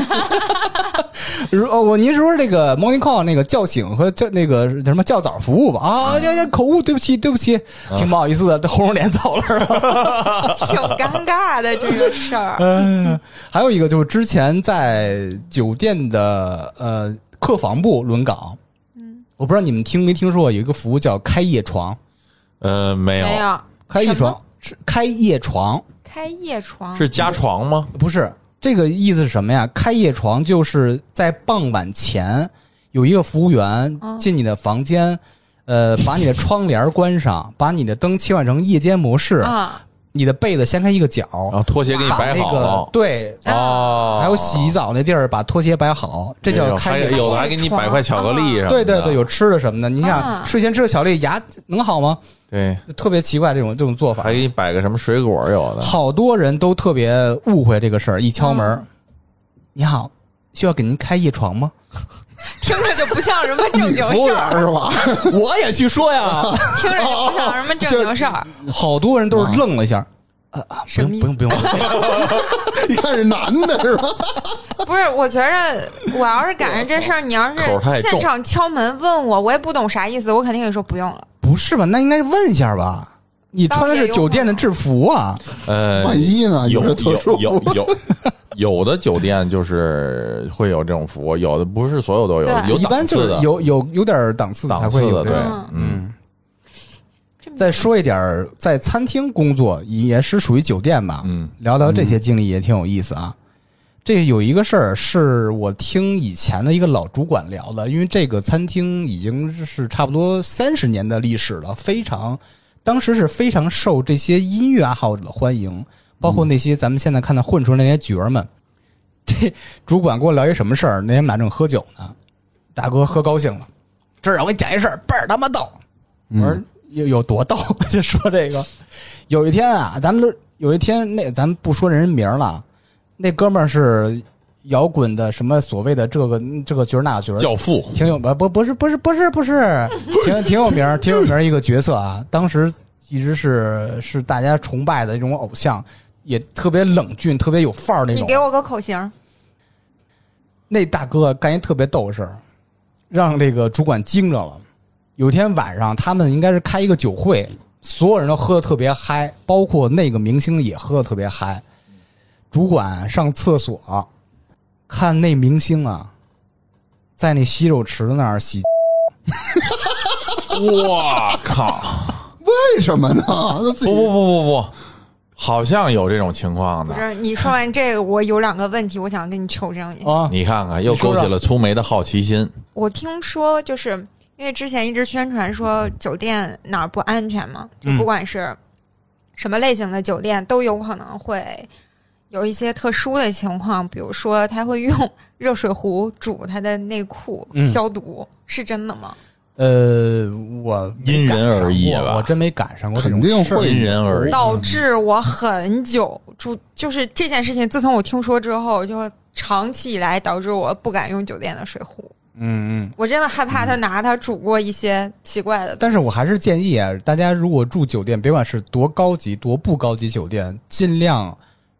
您是说这个 morning call 那个叫醒和叫那个什么叫早服务吧？啊，口误，对不起，挺不好意思的，红着脸走了， 挺尴尬的这个事儿。 还有一个就是之前在酒店的客房部轮岗，我不知道你们听没听说过有一个服务叫开业床， 没有， 开业床是开业床。 开业床是加床吗？ 不是，这个意思是什么呀？开业床就是在傍晚前有一个服务员进你的房间，把你的窗帘关上，把你的灯切换成夜间模式，你的被子掀开一个角， 然后拖鞋给你摆好了， 对，还有洗澡那地儿把拖鞋摆好，这叫开业床。 有的还给你摆块巧克力什么的， 对，有吃的什么的。你想睡前吃个巧克力，牙能好吗？ 对， 特别奇怪这种做法， 还给你摆个什么水果，有的好多人都特别误会这个事儿。一敲门，你好，需要给您开夜床吗？ 听着就不像什么正经事儿， 是吧？ 我也去说呀， 听着就不像什么正经事儿。 好多人都是愣了一下，不用， 一看是男的是吧？ 不是，我觉着我要是赶上这事儿，你要是现场敲门问我也不懂啥意思，我肯定跟你说不用了。 不是吧？那应该问一下吧？你穿的是酒店的制服啊？ 万一呢？ 有的酒店就是会有这种服务，有的不是所有都有，有一般就是有点档次的才会有。 对， 再说一点，在餐厅工作也是属于酒店吧？聊聊这些经历也挺有意思啊。这有一个事儿是我听以前的一个老主管聊的，因为这个餐厅已经是差不多30年的历史了，当时是非常受这些音乐爱好者的欢迎，包括那些咱们现在看到混出来那些角儿们。这主管跟我聊一什么事儿？那天我们俩正喝酒呢，大哥喝高兴了，这儿我给你讲一事儿，倍儿他妈逗。我说有多逗？就说这个，有一天啊，咱们不说人名了。那哥们儿是摇滚的什么所谓的这个角那个角教父， 挺有不是挺有名一个角色啊。当时一直是大家崇拜的一种偶像，也特别冷峻，特别有范儿那种。 你给我个口型。 那大哥干一特别逗事儿，让这个主管惊着了。有一天晚上，他们应该是开一个酒会，所有人都喝得特别嗨，包括那个明星也喝得特别嗨。主管上厕所，看那明星啊，在那洗手池那儿洗。 我靠！ 为什么呢？ 不，好像有这种情况的。 不是，你说完这个，我有2个问题，我想跟你求证一下。 你看看，又勾起了粗梅的好奇心。 我听说，就是因为之前一直宣传说酒店哪儿不安全嘛，就不管是什么类型的酒店，都有可能会有一些特殊的情况，比如说他会用热水壶煮他的内裤消毒，是真的吗？ 我因人而异吧， 我真没赶上过这种事，肯定会因人而异。 导致我很久就是这件事情，自从我听说之后，就长期以来导致我不敢用酒店的水壶。我真的害怕他拿它煮过一些奇怪的东西。 但是我还是建议啊，大家如果住酒店，别管是多高级多不高级酒店，尽量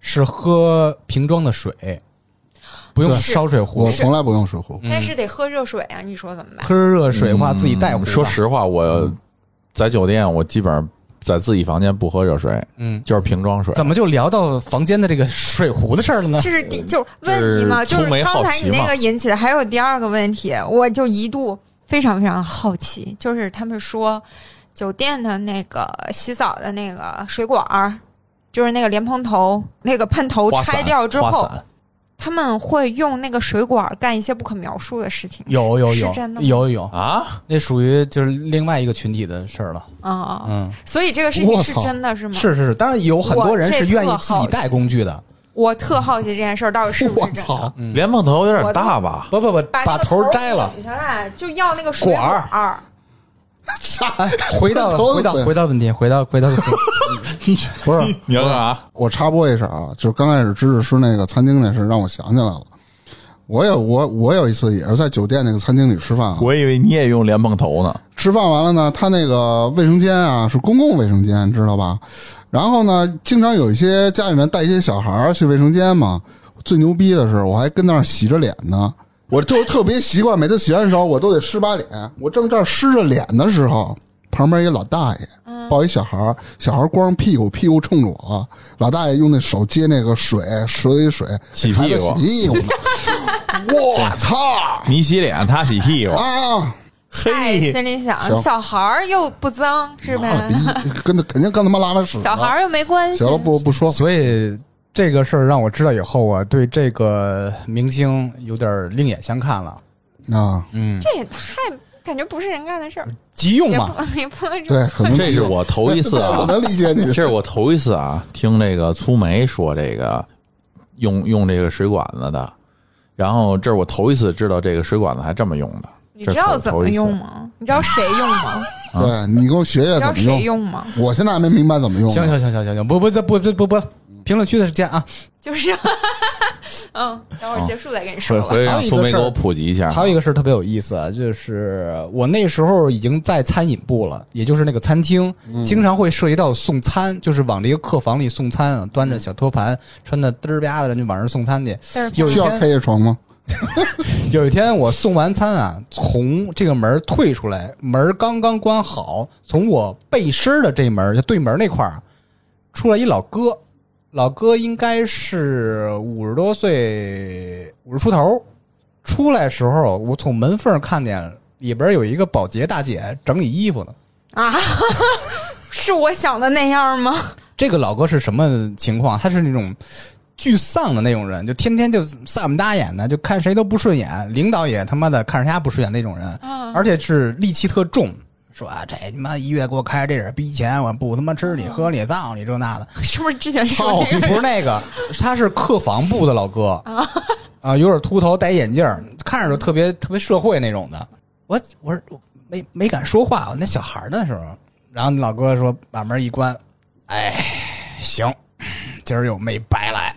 是喝瓶装的水，不用烧水壶。 我从来不用水壶， 但是得喝热水啊！你说怎么办？ 喝热水的话自己带壶。 说实话，我在酒店我基本上在自己房间不喝热水，就是瓶装水。 怎么就聊到房间的这个水壶的事儿了呢？ 这是就是问题嘛，就是刚才你那个引起的，还有第二个问题，我就一度非常非常好奇，就是他们说酒店的那个洗澡的那个水管儿，就是那个莲蓬头那个喷头拆掉之后，他们会用那个水管干一些不可描述的事情。 有是真的吗？ 有啊， 那属于就是另外一个群体的事儿了啊。所以这个事情是真的是吗？ 是，当然有很多人是愿意自己带工具的。 我特好奇这件事儿到底是不是真的。 莲蓬头有点大吧？ 不，把头摘了， 就要那个水管儿。 回到问题，回到问题。 不是你要干啥？ 我插播一声啊，就是刚开始知识师那个餐厅那事让我想起来了。我有一次也是在酒店那个餐厅里吃饭啊。 我以为你也用莲蓬头呢。 吃饭完了呢，他那个卫生间啊是公共卫生间，知道吧？然后呢，经常有一些家里人带一些小孩去卫生间嘛。最牛逼的是，我还跟那儿洗着脸呢。我就是特别习惯，每次洗完手我都得湿把脸。我正这儿湿着脸的时候，旁边一老大爷抱一小孩，小孩光屁股冲着我，老大爷用那手接那个水洗屁股我操！ 你洗脸，他洗屁股啊！ 嘿，心里想，小孩又不脏是呗？ 跟他肯定跟他妈拉了屎， 小孩又没关系。 行了，不说。 所以这个事儿让我知道以后，我对这个明星有点另眼相看了啊。 这也太感觉不是人干的事儿， 急用嘛？ 也不能对， 这是我头一次啊， 我能理解你。 这是我头一次啊，听这个粗梅说这个用这个水管子的，然后这是我头一次知道这个水管子还这么用的。 你知道怎么用吗？你知道谁用吗？ 对，你给我学学怎么用。 谁用吗？ 我现在还没明白怎么用。 行，不，评论区的时间啊， 就是，等会儿结束再跟你说吧。 回让粗梅给我普及一下。 还有一个事儿特别有意思啊，就是我那时候已经在餐饮部了，也就是那个餐厅，经常会涉及到送餐，就是往这个客房里送餐啊，端着小托盘，穿的嘚儿吧的人就往这送餐去。 需要开夜床吗？ 有一天我送完餐啊，从这个门退出来，门刚刚关好，从我背身的这门就对门那块儿出来一老哥。老哥应该是50多岁，50出头。出来时候，我从门缝看见里边有一个保洁大姐整理衣服呢。 啊，是我想的那样吗？ 这个老哥是什么情况？他是那种巨丧的那种人，就天天就丧不搭眼的，就看谁都不顺眼，领导也他妈的看人家不顺眼那种人，而且是戾气特重。说这他妈1月给我开这点逼钱，我不他妈吃你喝你造你这那的， 是不是之前说那个？ 不是那个，他是客房部的老哥啊，有点秃头，戴眼镜，看着就特别社会那种的。我说没敢说话，我那小孩那时候，然后老哥说把门一关，哎，行，今儿又没白来。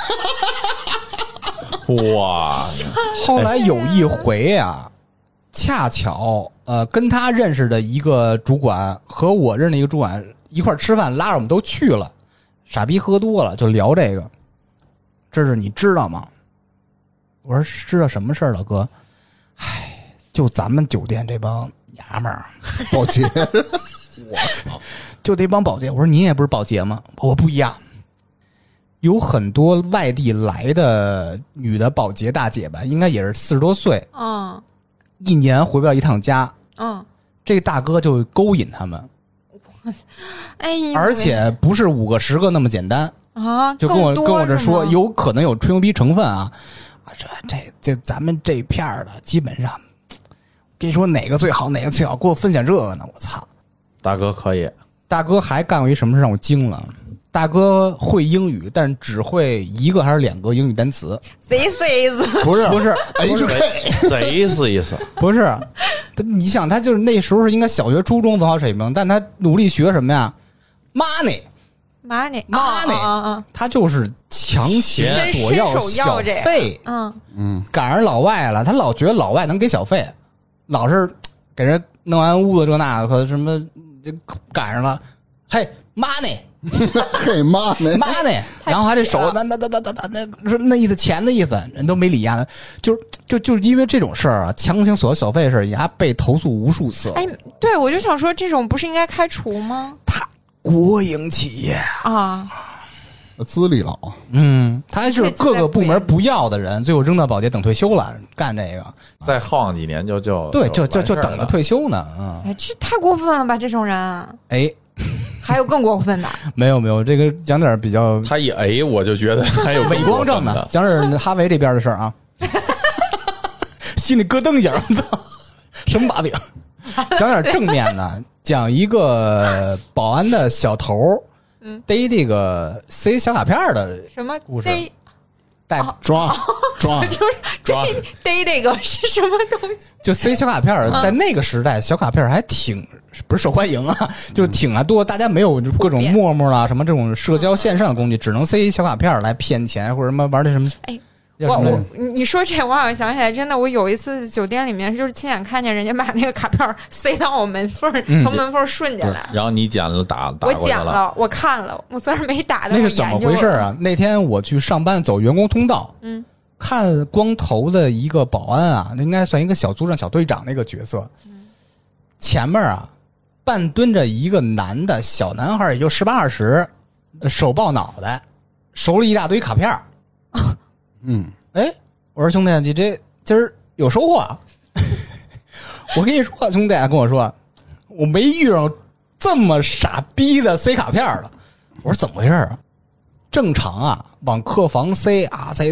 哇！ 后来有一回啊，恰巧跟他认识的一个主管和我认识的一个主管一块吃饭，拉着我们都去了。傻逼喝多了就聊这个，这是你知道吗？我说知道什么事儿，老哥？唉，就咱们酒店这帮娘们儿， 保洁， 我操，就这帮保洁。我说你也不是保洁吗？我不一样。有很多外地来的女的保洁大姐吧，应该也是40多岁，一年回不了一趟家，这个大哥就勾引他们， 哎呀， 而且不是5个10个那么简单啊， 就跟我这说，有可能有吹牛逼成分啊，这咱们这片儿的基本上，跟你说哪个最好，哪个最好，给我分享这个呢，我操， 大哥可以， 大哥还干过一什么事让我惊了。大哥会英语，但只会1个还是2个英语单词。 This is 不是 HK， 这意思不是。你想，他就是那时候是应该小学、初中文化水平，但他努力学什么呀 ？Money，他就是强行索要小费。赶上老外了，他老觉得老外能给小费，老是给人弄完屋子这那的，可什么赶上了，嘿 ，money。 嘿妈呢， 妈呢，然后还这手那意思钱的意思，人都没理呀。就是因为这种事儿啊，强行索要小费的事儿，也还被投诉无数次。 哎，对，我就想说，这种不是应该开除吗？ 他国营企业啊， 资历老， 他还是各个部门不要的人，最后扔到保洁等退休了，干这个， 再耗几年就对，就等着退休呢。 哎，这太过分了吧，这种人。 哎。 还有更过分的？ 没有，这个讲点比较， 他一我就觉得还有伪光正的，讲点哈维这边的事儿啊，心里咯噔一下，我操，什么把柄？讲点正面的，讲一个保安的小头，逮这个塞小卡片的什么故事， 带抓， 就是逮那个是什么东西？ 就塞小卡片，在那个时代，小卡片还挺不是受欢迎啊，就挺多，大家没有各种陌陌啦什么这种社交线上的工具，只能塞小卡片来骗钱或者什么玩的什么。 哎，你说这，我好像想起来，真的，我有一次酒店里面就是亲眼看见人家把那个卡片塞到我门缝，从门缝顺进来。 然后你捡了打我捡了，我看了，我虽然没打， 那是怎么回事啊？那天我去上班走员工通道，看光头的一个保安啊，那应该算一个小组长、小队长那个角色，前面啊。半蹲着一个男的小男孩，也就18、20，手抱脑袋，收了一大堆卡片。哎，我说兄弟，你这今儿有收获啊！我跟你说，兄弟跟我说，我没遇上这么傻逼的塞卡片的。我说怎么回事啊？正常啊，往客房塞啊，塞，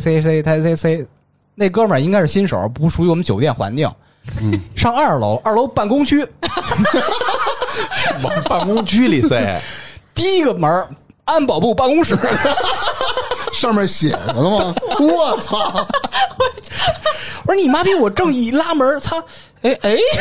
那哥们儿应该是新手，不属于我们酒店环境。上2楼办公区， 往办公区里塞。 第一个门，安保部办公室， 上面写着了吗？我操！ 我说你妈逼！我正一拉门，操！哎，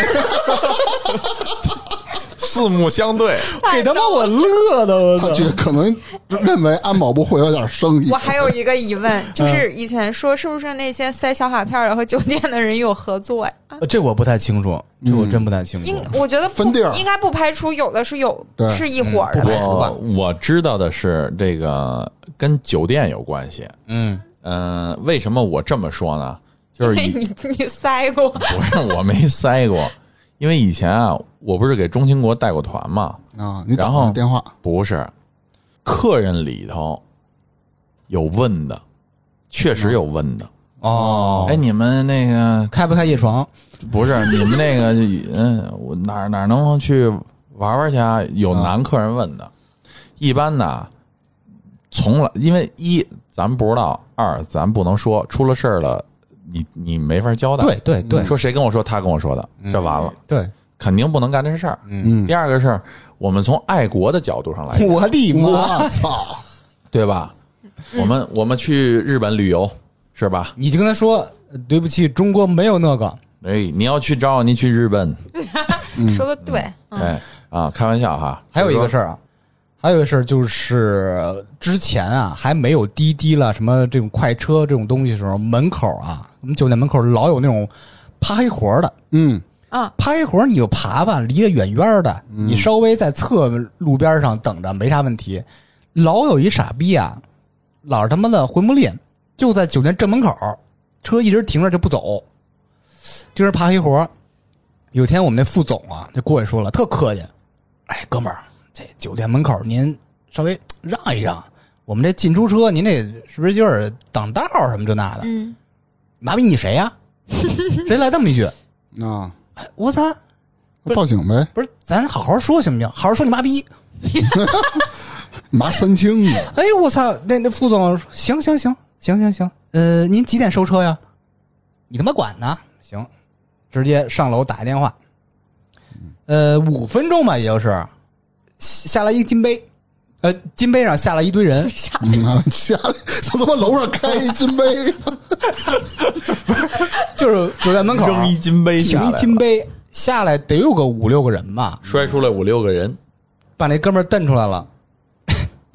四目相对， 给他妈我乐的， 他觉得可能认为安保部会有点生意。 我还有一个疑问，就是以前说是不是那些塞小卡片的和酒店的人有合作呀？ 这我不太清楚，这我真不太清楚。 我觉得分地儿应该不排除有的是是一伙儿的。 不排除吧？ 我知道的是这个跟酒店有关系。为什么我这么说呢？就是你塞过？ 不是，我没塞过。因为以前啊，我不是给中兴国带过团嘛， 你打过电话？ 不是，客人里头有问的，确实有问的。哎，你们那个开不开夜床？ 不是，你们那个我哪能去玩玩去啊？有男客人问的，一般呢，从来因为咱们不知道，咱不能说，出了事儿了。你没法交代， 对， 说谁跟我说，他跟我说的，这完了， 对， 肯定不能干这事儿。第二个是我们从爱国的角度上来， 我的妈， 我操， 对吧？我们去日本旅游是吧？ 你就跟他说，对不起，中国没有那个。 哎，你要去找你去日本， 说的对， 开玩笑哈。 还有一个事儿啊。还有一个事儿就是之前啊还没有滴滴了什么这种快车这种东西的时候，门口啊我们酒店门口老有那种趴黑活的，趴黑活你就爬吧，离得远远的，你稍微在侧路边上等着没啥问题。老有一傻逼啊，老是他妈的回不吝，就在酒店正门口，车一直停着就不走，就是趴黑活。有天我们那副总啊就过来说了，特客气，哎哥们儿。这酒店门口您稍微让一让，我们这进出车您这是不是有点挡道什么这那的？麻痹你谁呀？谁来这么一句？哎，我操！ 报警呗？ 不是，咱好好说行不行？好好说你妈逼！ 麻三清的。 哎，我操！那副总说行，您几点收车呀？你他妈管呢？行，直接上楼打个电话。5分钟吧，也就是。下来一个金杯，金杯上下来一堆人， 下来从他妈楼上开一金杯， 不是，就是酒店门口扔一金杯下来， 停一金杯下来得有个5、6个人吧， 摔出来5、6个人， 把那哥们儿蹬出来了。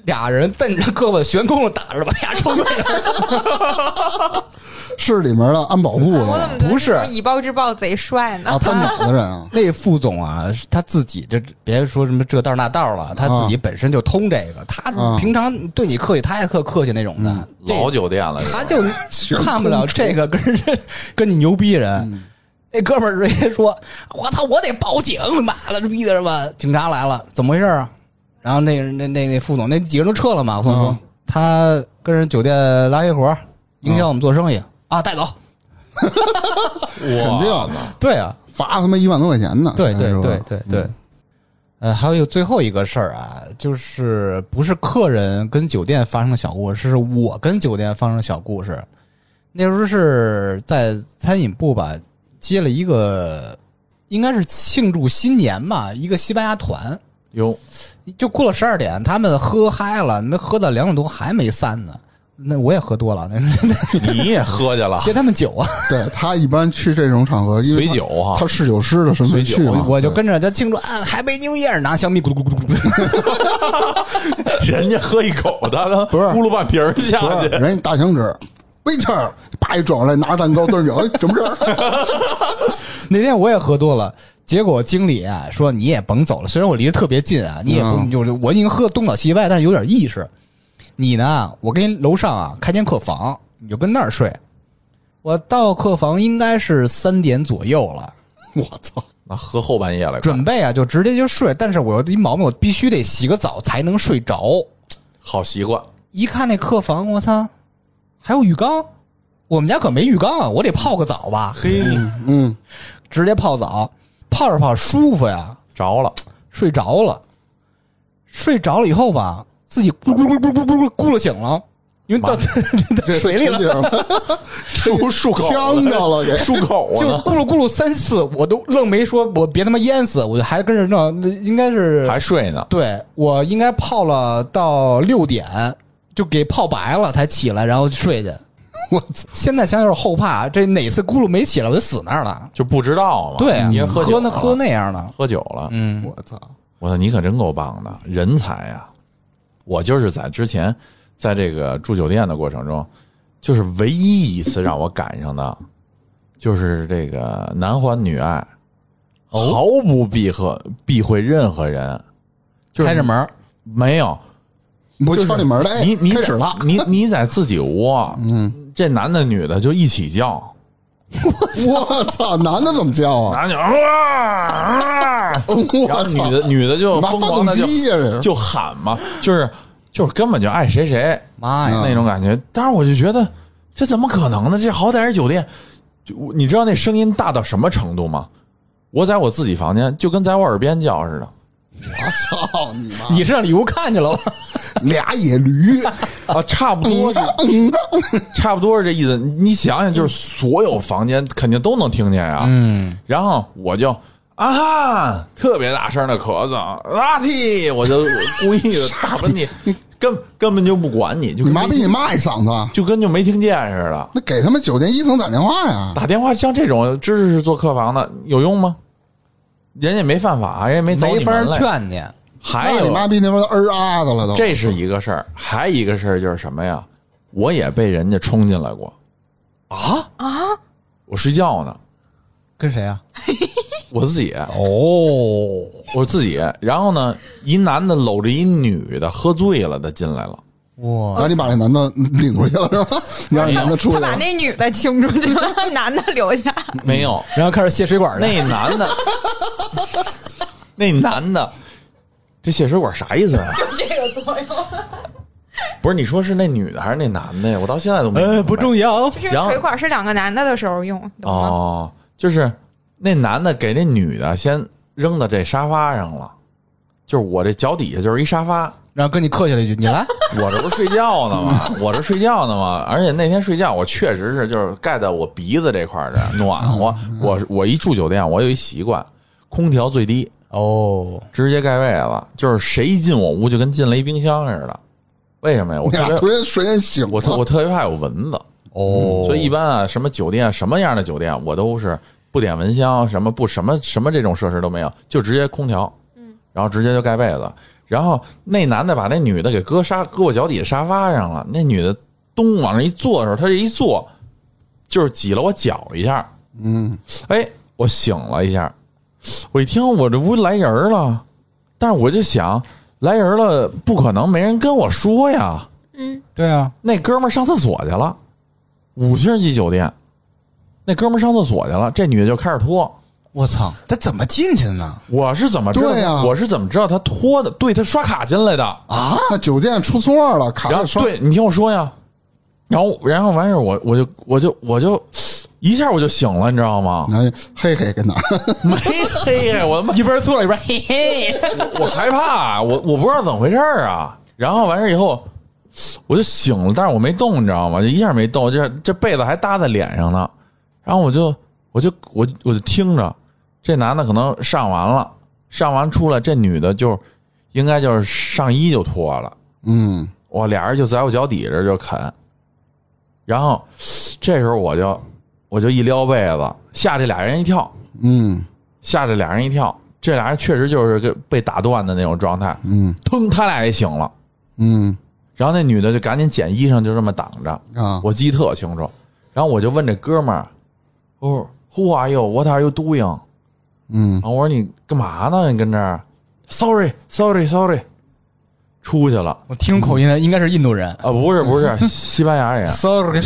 俩人蹬着胳膊悬空着打着，把俩抽对了。 是里面的安保部我怎么觉得不是以暴制暴贼帅呢？ 啊，探长的人啊， 那副总啊，他自己这别说什么这道那道了，他自己本身就通这个，他平常对你客气，他也客气那种的。 老酒店了， 他就看不了这个跟你牛逼人。那哥们儿直接说：“我操，我得报警！妈了这逼的什么？警察来了，怎么回事啊？”然后那副总那几个人都撤了嘛。副总说：“他跟人酒店拉黑活，影响我们做生意啊，带走。” 肯定对啊， 罚他妈1万多块钱呢。 对。还有最后一个事儿啊，就是不是客人跟酒店发生的小故事，是我跟酒店发生的小故事。那时候是在餐饮部吧，接了一个应该是庆祝新年吧，一个西班牙团。 哟， 就过了12点，他们喝嗨了，那喝到2点多还没散呢。那我也喝多了， 你也喝去了， 接他们酒啊。 对，他一般去这种场合，因为随酒哈， 他侍酒师的身份去嘛， 我就跟着他庆祝Happy New Year，拿香蜜咕噜咕噜咕噜。 人家喝一口，他不是咕噜半瓶下去， 人家大响指，waiter，叭一转过来拿蛋糕，对着什么事儿？ 那天我也喝多了，结果经理啊说你也甭走了，虽然我离得特别近啊，你也不就是我已经喝东倒西歪，但是有点意识。你呢？我给你楼上啊开间客房，你就跟那儿睡。我到客房应该是3点左右了。 我操！ 那喝后半夜了， 准备啊就直接就睡，但是我有一毛病，我必须得洗个澡才能睡着。 好习惯。 一看那客房，我操，还有浴缸，我们家可没浴缸啊，我得泡个澡吧。 嘿， 直接泡澡，泡着泡舒服呀， 着了， 睡着了。睡着了以后吧，自己咕噜咕噜咕噜咕噜咕噜醒了，因为到水里了， 漱口呛着了，给漱口就咕噜咕噜3次，我都愣没说我别他妈淹死，我就还跟着那应该是还睡呢。 对，我应该泡了到6点，就给泡白了才起来，然后睡去。 我操！ 现在想有点后怕，这哪次咕噜没起来我就死那儿了， 就不知道嘛。 对啊， 你喝那样的， 喝酒了。 我操！ 我操，你可真够棒的，人才呀！我就是在之前在这个住酒店的过程中，就是唯一一次让我赶上的，就是这个男欢女爱，毫不避讳任何人，就是开着门没有。 不敲你门了， 你开始了， 你在自己屋，这男的女的就一起叫， 我操，男的怎么叫啊？ 男的然后女的就疯狂的就喊嘛，就是根本就爱谁谁， 妈呀那种感觉。当时我就觉得这怎么可能呢？这好歹是酒店，你知道那声音大到什么程度吗？我在我自己房间就跟在我耳边叫似的。 我操你妈！ 你是让礼物看去了吧？ 俩野驴啊，差不多是这意思。你想想，就是所有房间肯定都能听见呀。然后我就特别大声的咳嗽，我就故意的打喷嚏，根本就不管你，就你妈逼你骂一嗓子， 就跟就没听见似的。 那给他们酒店1层打电话呀！ 打电话像这种知识是做客房的有用吗？人家没犯法，人家没走你门来， 没法劝你。 还有你妈逼那边啊的了都， 这是一个事儿。还一个事儿就是什么呀？我也被人家冲进来过。我睡觉呢， 跟谁啊？ 我自己。 我自己。然后呢，一男的搂着一女的，喝醉了的进来了。 哇！ 然后你把那男的领出去了是吧？你让男的出去， 他把那女的请出去了，男的留下。 没有， 然后开始卸水管。 那男的，这卸水管啥意思啊？ 就这个作用。 不是你说是那女的还是那男的呀？我到现在都没明白。 不重要。 就是水管是2个男的的时候用，懂吗？ 哦，就是那男的给那女的先扔到这沙发上了，就是我这脚底下就是一沙发。 然后跟你客气了一句：“你来， 我这不睡觉呢吗？而且那天睡觉，我确实是就是盖在我鼻子这块儿的暖和。我一住酒店，我有一习惯，空调最低直接盖被子，就是谁一进我屋就跟进了一冰箱似的。为什么呀？我突然瞬间醒了， 我特别怕有蚊子所以一般啊，什么酒店什么样的酒店，我都是不点蚊香，什么这种设施都没有，就直接空调，然后直接就盖被子。 然后那男的把那女的给搁我脚底下沙发上了，那女的咚往那一坐的时候，他这一坐就是挤了我脚一下，哎，我醒了一下，我一听我这屋来人了，但是我就想来人了不可能没人跟我说呀， 对啊， 那哥们儿上厕所去了，5星级酒店，那哥们儿上厕所去了，这女的就开始脱。 我操，他怎么进去的呢？ 我是怎么知道？ 对呀， 我是怎么知道他脱的？对，他刷卡进来的啊！ 那酒店出错了，卡刷。 对，你听我说呀。然后完事儿，我就一下我就醒了，你知道吗？ 嘿嘿，跟哪没嘿嘿，我他妈一边坐一边嘿嘿， 我害怕，我不知道怎么回事啊。然后完事儿以后，我就醒了，但是我没动，你知道吗？就一下没动，这被子还搭在脸上呢。然后我就听着。这男的可能上完出来，这女的就应该就是上衣就脱了，我俩人就在我脚底下就啃，然后这时候我就一撩被子，吓这俩人一跳，吓这俩人一跳，这俩人确实就是个被打断的那种状态，腾他俩也醒了，然后那女的就赶紧捡衣裳就这么挡着啊，我记得特清楚，然后我就问这哥们儿，我说 Who are you? What are you doing? 然后我说你干嘛呢？你跟这儿 ？Sorry， 出去了。 我听口音的应该是印度人啊，不是西班牙人。 Sorry，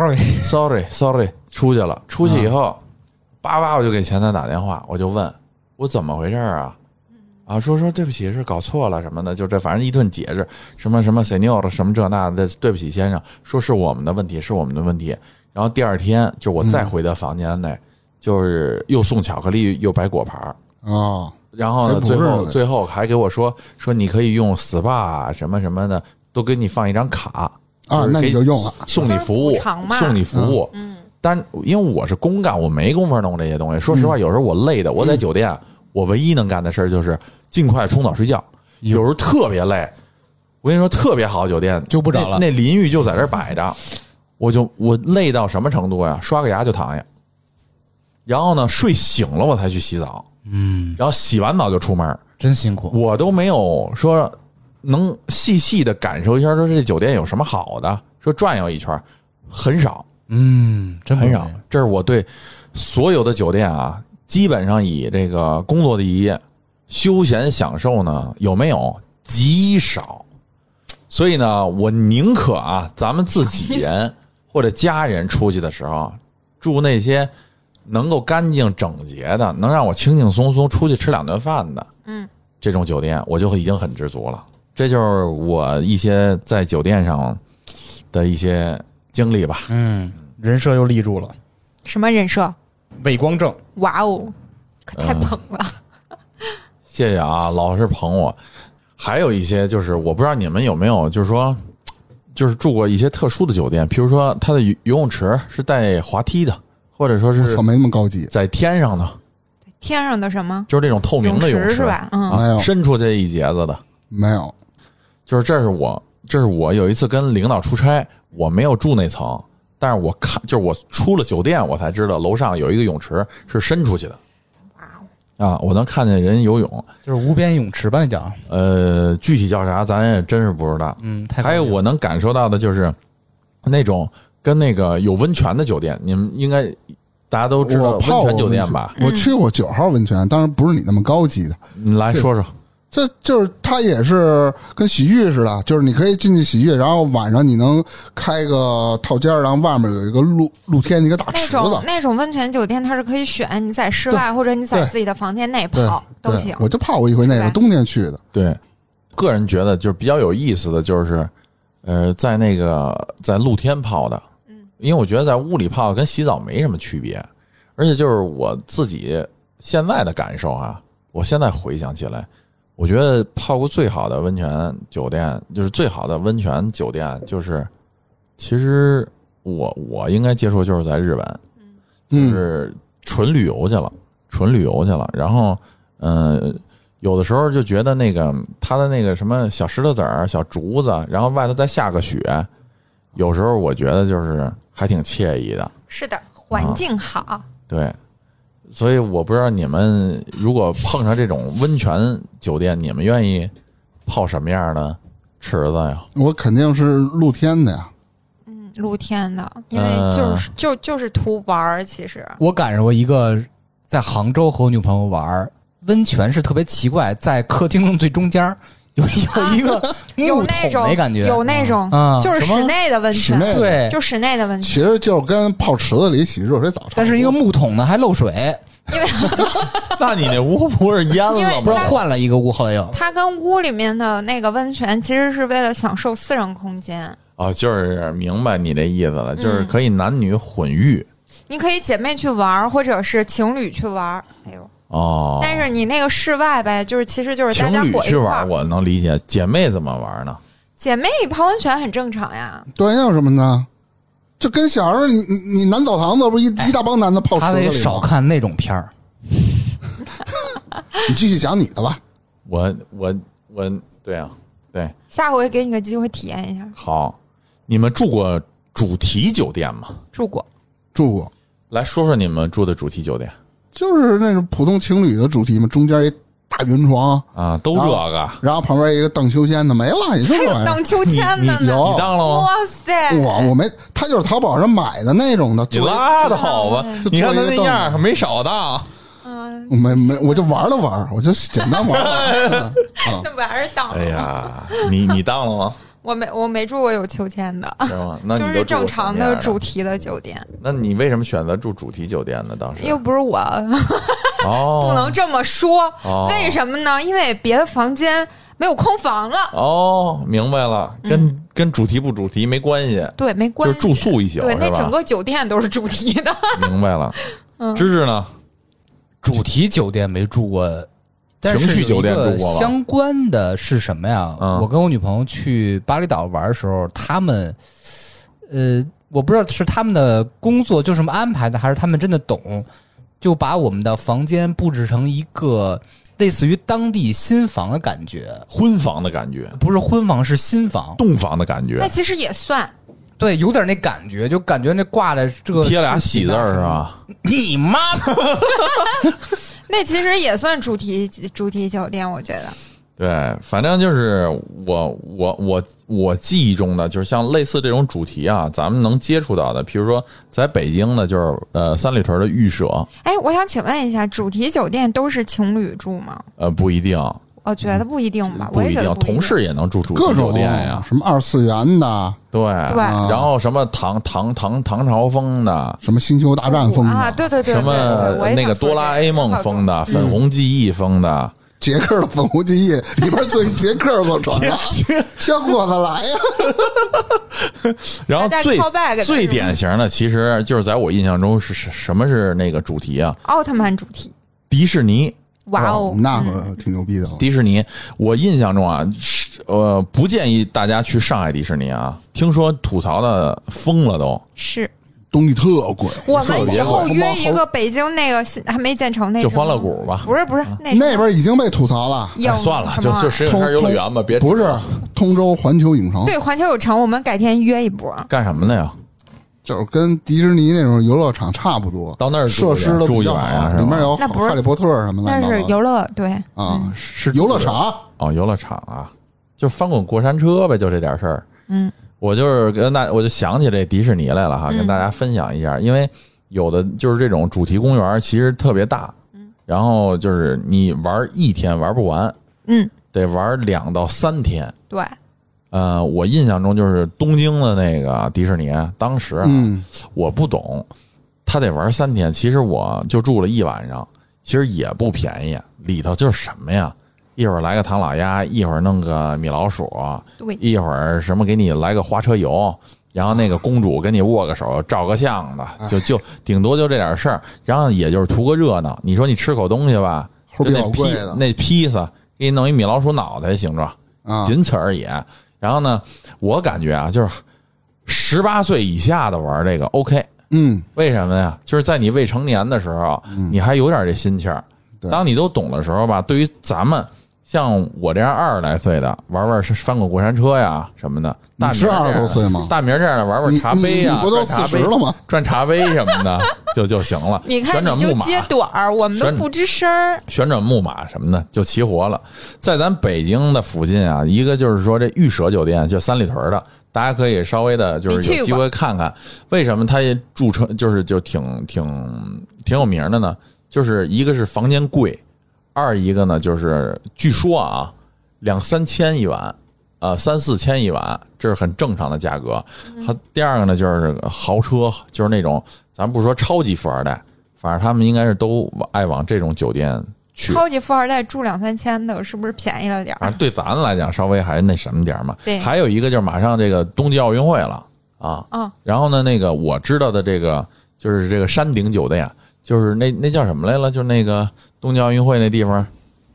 出去了。出去以后，叭我就给前台打电话，我就问我怎么回事啊？啊，说对不起，是搞错了什么的，就这反正一顿解释，什么 Senor 什么这那的，对不起先生，说是我们的问题，是我们的问题。然后第二天就我再回到房间内。就是又送巧克力又摆果盘然后呢最后还给我说你可以用 SPA 什么什么的都给你放一张卡啊，那你就用了送你服务，但因为我是公干，我没工夫弄这些东西。说实话，有时候我累的，我在酒店，我唯一能干的事儿就是尽快冲澡睡觉。有时候特别累，我跟你说，特别好的酒店就不找了， 那淋浴就在这摆着，我累到什么程度呀？刷个牙就躺下。然后呢，睡醒了我才去洗澡，然后洗完澡就出门， 真辛苦。 我都没有说能细细的感受一下，说这酒店有什么好的，说转悠一圈，很少， 真很少。这是我对所有的酒店啊，基本上以这个工作第一，休闲享受呢有没有极少。所以呢，我宁可啊，咱们自己人或者家人出去的时候住那些。能够干净整洁的，能让我轻轻松松出去吃2顿饭的，这种酒店我就已经很知足了。这就是我一些在酒店上的一些经历吧。 人设又立住了。 什么人设？ 伪光正。 哇哦，可太捧了。 谢谢啊，老是捧我。还有一些就是我不知道你们有没有，就是说，就是住过一些特殊的酒店，比如说它的游泳池是带滑梯的。或者说是没那么高级， 在天上的， 天上的什么？ 就是这种透明的泳池是吧？ 没有伸出这一截子的， 没有。 就是这是我有一次跟领导出差，我没有住那层，但是我看就是我出了酒店，我才知道楼上有一个泳池是伸出去的。啊，我能看见人游泳， 就是无边泳池吧？你讲？ 具体叫啥咱也真是不知道。还有我能感受到的就是那种。跟那个有温泉的酒店，你们应该大家都知道温泉酒店吧？ 我去过9号温泉，当然不是你那么高级的。 你来说说。 这就是它也是跟洗浴似的，就是你可以进去洗浴，然后晚上你能开个套间，然后外面有一个露天一个大池子。 那种温泉酒店它是可以选你在室外或者你在自己的房间内泡都行。 我就泡过一回那个冬天去的。 对，个人觉得就是比较有意思的就是。在露天泡的，因为我觉得在屋里泡跟洗澡没什么区别，而且就是我自己现在的感受啊，我现在回想起来，我觉得泡过最好的温泉酒店，就是最好的温泉酒店，就是其实我应该接触就是在日本，就是纯旅游去了，然后有的时候就觉得那个它的那个什么小石头子儿、小竹子，然后外头再下个雪，有时候我觉得就是还挺惬意的。 是的，环境好。 对，所以我不知道你们如果碰上这种温泉酒店，你们愿意泡什么样的池子呀？ 我肯定是露天的呀。 露天的，因为就是图玩儿。其实我赶上过一个在杭州和我女朋友玩温泉，是特别奇怪，在客厅的最中间有一个木桶的感觉， 有那种，就是室内的温泉，对，就室内的温泉， 其实就是跟泡池子里洗热水澡， 但是一个木桶呢还漏水。 因为那你那屋不是淹了吗？ 不是换了一个屋，后来又它跟屋里面的那个温泉其实是为了享受私人空间。 哦，就是明白你这意思了，就是可以男女混浴， 你可以姐妹去玩，或者是情侣去玩。哎呦， 哦， 但是你那个室外呗，就是其实就是大家情侣去玩，我能理解。姐妹怎么玩呢？ 姐妹泡温泉很正常呀。 对，要什么呢？就跟小时候你男澡堂子不是一大帮男的泡池子里吗？ 他得少看那种片儿。 你继续讲你的吧。 我对啊，对， 下回给你个机会体验一下。 好，你们住过主题酒店吗？ 住过。 来说说你们住的主题酒店。 就是那种普通情侣的主题嘛，中间一大圆床啊，都这个， 然后旁边一个荡秋千的，没了，你说这玩意儿荡秋千的呢？ 你荡了吗？ 哇塞！ 我没，他就是淘宝上买的那种的。 你拉的好吧？你看他那样没少荡。 没，我就玩了玩，我就简单玩了。 那玩儿荡。 哎呀，你荡了吗？ 我没住过有秋千的， 是吗？那你就是正常的主题的酒店。 那你为什么选择住主题酒店呢？当时又不是我， 哦， 不能这么说。为什么呢？因为别的房间没有空房了。 哦，明白了，跟主题不主题没关系。 对，没关系， 就是住宿一宿。 对，那整个酒店都是主题的。 明白了。芝芝呢？ 主题酒店没住过。 情绪酒店住过吗？ 相关的是什么呀？我跟我女朋友去巴厘岛玩的时候，他们，我不知道是他们的工作就这么安排的，还是他们真的懂，就把我们的房间布置成一个类似于当地新房的感觉， 婚房的感觉， 不是婚房，是新房， 洞房的感觉。 那其实也算。 对，有点那感觉，就感觉那挂的这个贴俩喜字是吧？ 你妈！ 那其实也算主题酒店，我觉得。 对，反正就是我记忆中的，就是像类似这种主题啊，咱们能接触到的，比如说在北京的，就是三里屯的寓舍。 哎，我想请问一下，主题酒店都是情侣住吗？ 不一定。 我觉得不一定吧， 不一定，同事也能住主题酒店呀， 什么二次元的， 对，然后什么唐朝风的， 什么星球大战风的啊，对， 什么那个哆啦 A 梦风的，粉红记忆风的， 杰克的粉红记忆里边做一杰克坐船了，小伙子来呀！ 然后最典型的，其实就是在我印象中是什么是那个主题啊？ 奥特曼主题， 迪士尼。 哇哦， 那个挺牛逼的。 迪士尼，我印象中啊，不建议大家去上海迪士尼啊，听说吐槽的疯了都。 是。 东西特贵。 我们以后约一个北京那个还没建成那就欢乐谷吧。 不是， 那边已经被吐槽了。 算了，就实验游乐园吧，别不是通州环球影城。 对，环球影城，我们改天约一波。 干什么的呀？ 就是跟迪士尼那种游乐场差不多， 到那儿设施都比较好，里面有哈利波特什么的。 那是游乐，对啊，是游乐场哦，游乐场啊，就翻滚过山车呗，就这点事儿。我就是我就想起这迪士尼来了哈，跟大家分享一下，因为有的就是这种主题公园其实特别大，然后就是你玩一天玩不完，得玩2到3天， 对。 我印象中就是东京的那个迪士尼，当时我不懂，他得玩3天，其实我就住了1晚上，其实也不便宜，里头就是什么呀，一会儿来个唐老鸭，一会儿弄个米老鼠，一会儿什么给你来个花车游，然后那个公主跟你握个手照个相的，就顶多就这点事儿，然后也就是图个热闹。你说你吃口东西吧，就那披萨给你弄一米老鼠脑袋形状，仅此而已。然后呢，我感觉啊，就是18岁以下的玩这个 OK，为什么呀？就是在你未成年的时候，你还有点这心气儿。当你都懂的时候吧，对于咱们像我这样20来岁的，玩翻过过山车呀什么的。 你是20多岁吗？ 大明这样的玩茶杯啊， 你不都40了吗？ 转茶杯什么的就行了。 你看你就接短儿，我们都不吱声儿。 旋转木马什么的就齐活了。在咱北京的附近啊，一个就是说这玉舍酒店，就三里屯的，大家可以稍微的就是有机会看看，为什么它也著称，就挺有名的呢？就是一个是房间贵，二一个呢就是据说啊2、3千一晚。3、4千一晚，这是很正常的价格。第二个呢，就是豪车，就是那种咱不说超级富二代，反正他们应该是都爱往这种酒店去。 超级富二代住2、3千的，是不是便宜了点儿？ 对咱来讲，稍微还那什么点嘛。 对。 还有一个就是马上这个冬季奥运会了啊。然后呢，那个我知道的这个就是这个山顶酒店，就是那叫什么来了？就是那个冬季奥运会那地方，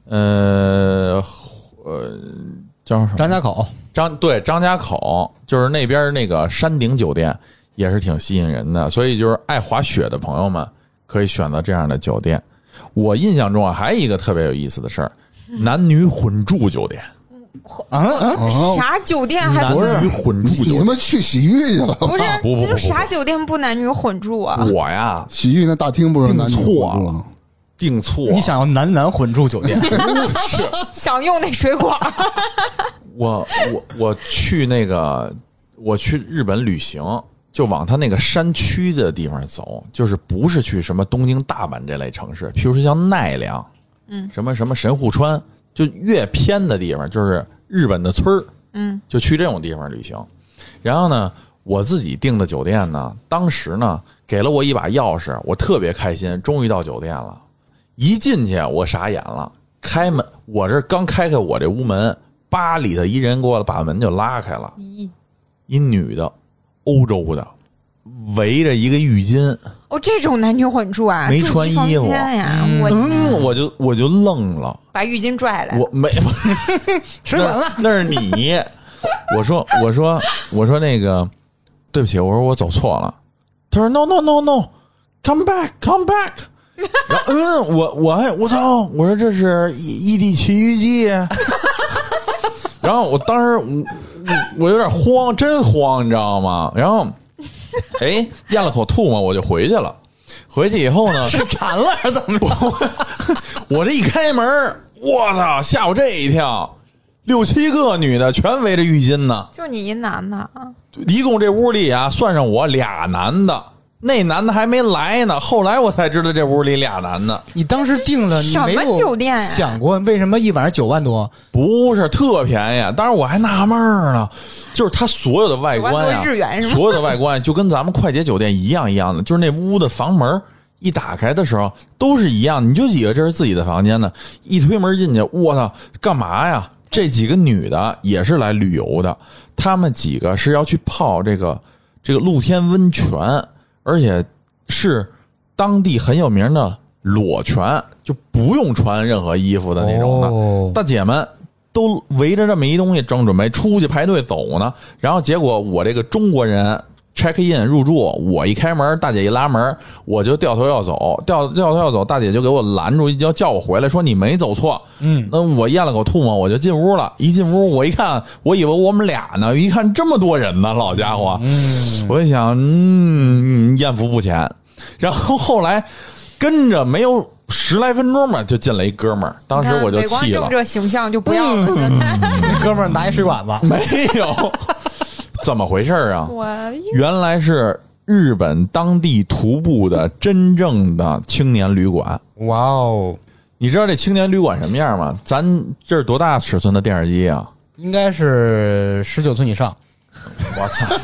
叫什么？ 张家口， 张家口就是那边那个山顶酒店也是挺吸引人的，所以就是爱滑雪的朋友们可以选择这样的酒店。我印象中啊，还有一个特别有意思的事儿，男女混住酒店。 啥酒店还男女混住酒店？ 你他妈去洗浴去了？ 不是，不，啥酒店不男女混住啊？ 我呀， 洗浴那大厅不是男女混住吗？ 定错， 你想要男混住酒店？ 是想用那水管？ 我去那个，我去日本旅行，就往他那个山区的地方走，就是不是去什么东京、大阪这类城市，譬如说像奈良，什么神户川，就越偏的地方，就是日本的村儿，就去这种地方旅行。然后呢，我自己订的酒店呢，当时呢给了我一把钥匙，我特别开心，终于到酒店了。一进去我傻眼了，开门，我这刚开我这屋门，吧里头一人给我把门就拉开了，一女的，欧洲的，围着一个浴巾。 哦，这种男女混住啊， 没穿衣服呀， 我就愣了， 把浴巾拽来， 我没水管了， 那是你。我说那个，对不起，我说我走错了。他说 no，come back。然后我操！我说这是异地奇遇记。然后我当时我有点慌，真慌，你知道吗？然后咽了口吐沫，我就回去了。回去以后呢， 是馋了还是怎么着？ 我这一开门，我操，吓我这一跳，6、7个女的全围着浴巾呢， 就你一男的， 一共这屋里啊，算上我俩男的。那男的还没来呢，后来我才知道这屋里俩男的。 你当时订了，你没有酒店想过为什么一晚上9万多？ 不是特便宜，当时我还纳闷呢，就是它所有的外观呀，所有的外观就跟咱们快捷酒店一样的，就是那屋的房门一打开的时候都是一样，你就以为这是自己的房间呢，一推门进去，我操，干嘛呀？这几个女的也是来旅游的，她们几个是要去泡这个露天温泉。而且是当地很有名的裸泉，就不用穿任何衣服的那种的。大姐们都围着这么一东西，正准备出去排队走呢。然后结果我这个中国人 check in 入住，我一开门，大姐一拉门，我就掉头要走，掉头要走，大姐就给我拦住，要叫我回来，说你没走错。那我咽了口吐沫，我就进屋了。一进屋，我一看，我以为我们俩呢，一看这么多人呢，老家伙，我就想，艳福不浅。然后后来跟着没有10来分钟嘛，就进来一哥们儿，当时我就气了。 这形象就不要了，现在那哥们儿拿一水管子， 没有。怎么回事啊？原来是日本当地徒步的真正的青年旅馆。 哇哦！ 你知道这青年旅馆什么样吗？咱这是多大尺寸的电视机啊？ 应该是19寸以上。 我操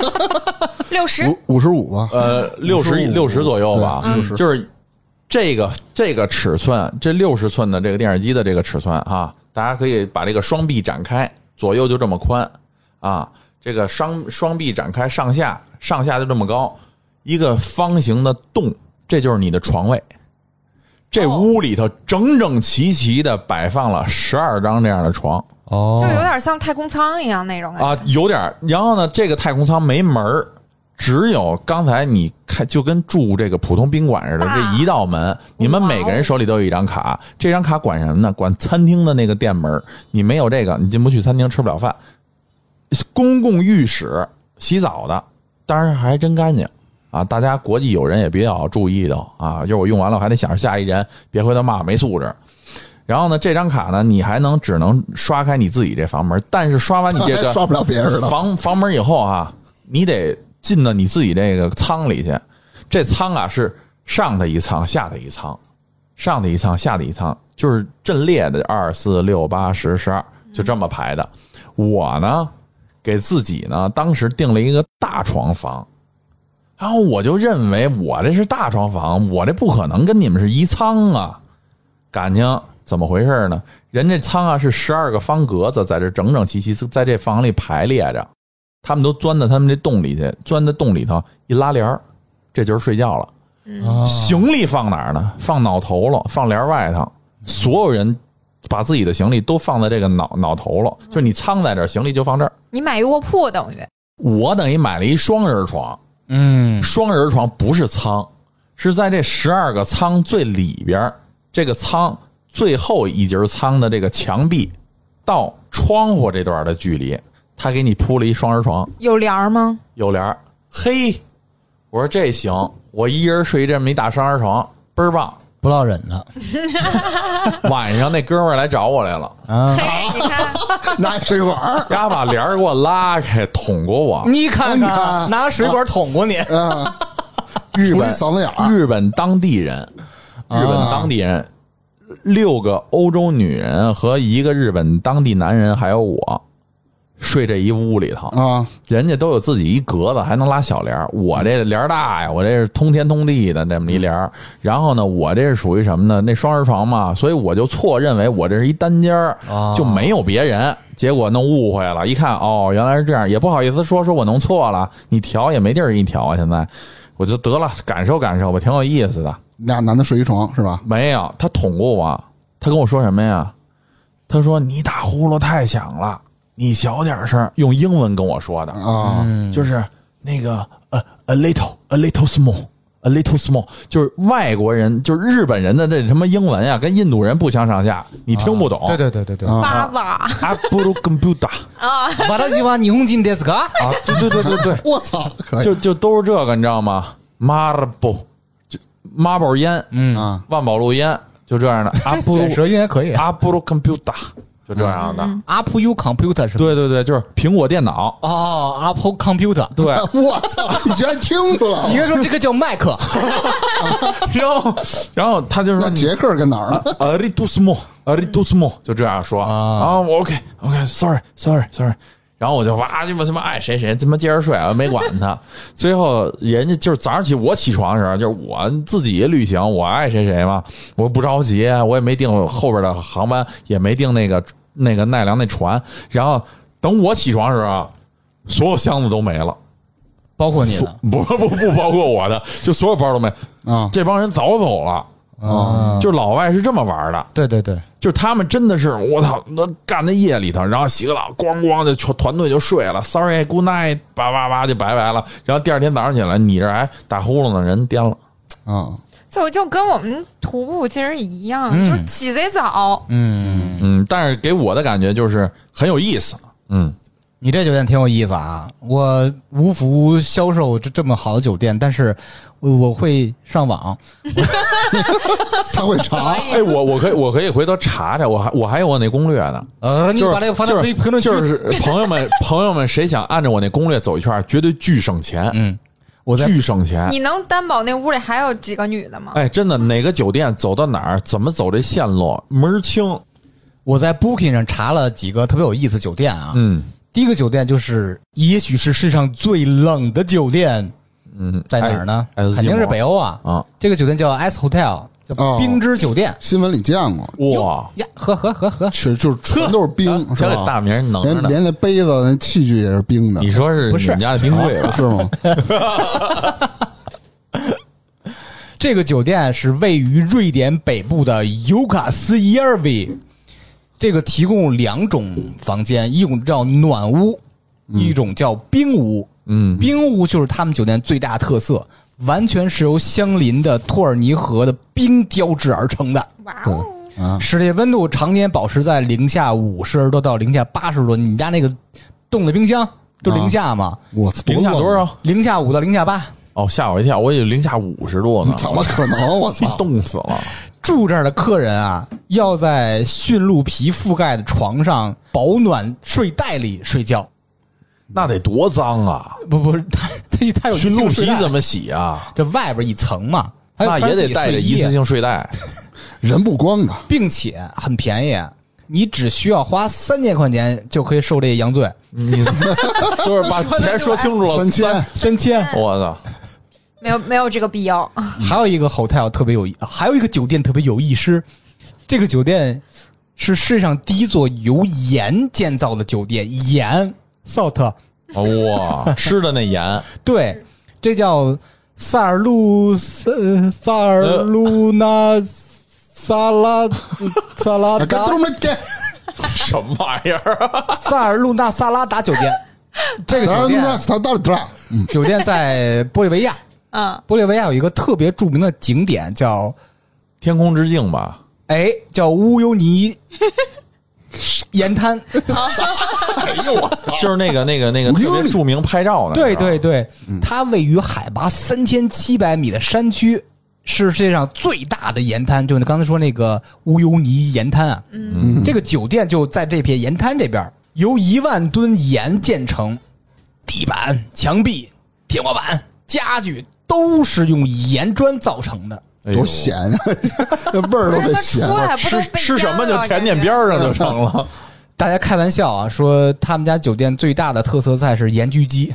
，60、55 吧 ，60左右吧。就是这个尺寸，这60寸的这个电视机的这个尺寸啊，大家可以把这个双臂展开，左右就这么宽啊。这个双臂展开，上下就这么高，一个方形的洞，这就是你的床位。这屋里头整整齐齐的摆放了12张这样的床， 就有点像太空舱一样那种感觉啊，有点。然后呢，这个太空舱没门， 只有刚才你看，就跟住这个普通宾馆似的，这一道门，你们每个人手里都有一张卡，这张卡管什么呢？管餐厅的那个店门，你没有这个，你进不去餐厅，吃不了饭。公共浴室洗澡的，当然还真干净啊！大家国际友人也比较注意的啊，就是我用完了，我还得想着下一人，别回头骂我没素质。然后呢，这张卡呢，你还只能刷开你自己这房门，但是刷完你这个刷不了别人的房门以后啊，你得进到你自己这个舱里去。这舱啊是上的一舱，下的一舱，上的一舱，下的一舱，就是阵列的2、4、6、8、10、12，就这么排的。我呢，给自己呢当时订了一个大床房，然后我就认为我这是大床房，我这不可能跟你们是一舱啊，感情。怎么回事呢？人这舱啊是12个方格子，在这整整齐齐在这房里排列着，他们都钻到他们这洞里去，钻到洞里头一拉帘，这就是睡觉了。行李放哪儿呢？放脑头了，放帘外头。所有人把自己的行李都放在这个脑头了，就是你舱在这儿，行李就放这儿。 你买一卧铺等于？ 我等于买了一双人床。双人床不是舱，是在这12个舱最里边，这个舱最后一节舱的这个墙壁到窗户这段的距离，他给你铺了一双人床。 有帘吗？ 有帘。嘿，我说这行，我一人睡这么一大双人床，倍儿棒， 不落忍的。 晚上那哥们儿来找我来了， 嘿，你看， 拿水管， 丫把帘给我拉开，捅过我。 你看看，拿水管捅过你。 日本嗓子眼， 日本当地人，6个欧洲女人和1个日本当地男人，还有我，睡这一屋里头啊。 人家都有自己一格子，还能拉小帘，我这帘大呀，我这是通天通地的这么一帘。然后呢，我这是属于什么呢？那双人床嘛，所以我就错认为我这是一单间就没有别人。结果弄误会了，一看哦，原来是这样，也不好意思说我弄错了，你调也没地儿给你调啊。现在我就得了，感受感受吧，挺有意思的。 俩男的睡一床是吧？ 没有，他捅过我，他跟我说什么呀？他说你打呼噜太响了，你小点声，用英文跟我说的啊， 就是那个a little small，就是外国人，就是日本人的这什么英文呀，跟印度人不相上下，你听不懂。 对。 爸爸。 Apple computer 啊， 私は日本人ですか？ 啊，对， 我操，可以， 就都是这个，你知道吗？Marble 烟，万宝路烟，就这样的。 卷舌音还可以。 Apple computer 就这样的。 Apple computer 是吧？ 对，就是苹果电脑。 哦 ，Apple computer。 对， 我操，你居然听出来了？ 你应该说这个叫麦克。 然后他就说那杰克跟哪儿呢 ？A little small， 就这样说啊。我 OK，sorry。然后我就哇，就他妈爱谁他妈接着睡，我没管他。最后人家就是早上起我起床的时候，就是我自己旅行，我爱谁嘛，我不着急，我也没订后边的航班，也没订那个奈良那船。然后等我起床的时候，所有箱子都没了， 包括你的？ 不包括我的，就所有包都没啊。 这帮人早走了。就老外是这么玩的。 对， 就是他们真的是我操，那干在夜里头，然后洗个澡，咣咣就团队就睡了 ，sorry good night， 叭就拜拜了。然后第二天早上起来，你这还打呼噜呢，人颠了啊。 就跟我们徒步其实一样，就是起贼早。 但是给我的感觉就是很有意思。 你这酒店挺有意思啊！我无福销售这么好的酒店，但是我会上网， 他会查。 哎，我可以回头查查，我还有我那攻略呢。 你把那个发到评论区。 就是朋友们，谁想按照我那攻略走一圈，绝对巨省钱。我巨省钱。 你能担保那屋里还有几个女的吗？ 哎，真的，哪个酒店走到哪儿，怎么走这线路门儿清。 我在 Booking 上查了几个特别有意思酒店啊。第一个酒店就是也许是世上最冷的酒店。在哪儿呢？肯定是北欧啊。这个酒店叫 S Hotel， 叫冰之酒店。 新闻里见过。 哇呀，喝， 是就是全都是冰，是吧？ 这大名能着呢， 连那杯子、那器具也是冰的。 你说是你们家的冰柜吧？ 是吗？ 这个酒店是位于瑞典北部的尤卡斯伊尔维。这个提供2种房间，一种叫暖屋， 一种叫冰屋。冰屋就是他们酒店最大特色，完全是由相邻的托尔尼河的冰雕制而成的。 哇哦！ 室内温度常年保持在零下50多到零下80多。你家那个冻的冰箱都零下吗？ 我零下多少？ 零下5到零下8。 哦，吓我一跳，我以为零下50多呢。 怎么可能？我操， 冻死了！ 住这儿的客人啊，要在驯鹿皮覆盖的床上保暖睡袋里睡觉。 那得多脏啊！ 不是，他有驯鹿皮怎么洗啊？ 这外边一层嘛， 那也得带着一次性睡袋。 人不光着， 并且很便宜，你只需要花3000块钱就可以受这阳罪。 你就是把钱说清楚了 ，3000， 我操！ 没有这个必要。 还有一个 hotel 特别有，还有一个酒店特别有意思，这个酒店是世界上第一座由盐建造的酒店，盐 salt。 哇，吃的那盐， 对，这叫萨尔路纳萨拉达， 什么玩意儿啊？ 萨尔路纳萨拉达酒店。这个酒店在玻利维亚。玻利维亚有一个特别著名的景点叫天空之镜吧？ 叫乌尤尼盐滩。 哎呦我操！ 就是那个特别著名拍照的。 对对对，它位于海拔3700米的山区，是世界上最大的盐滩，就是刚才说那个乌尤尼盐滩啊。这个酒店就在这片盐滩这边，由1万吨盐建成，地板、墙壁、天花板、家具都是用盐砖造成的。 多咸啊！那味儿都得咸。 吃什么就甜点边上就成了。 大家开玩笑啊，说他们家酒店最大的特色菜是盐焗鸡，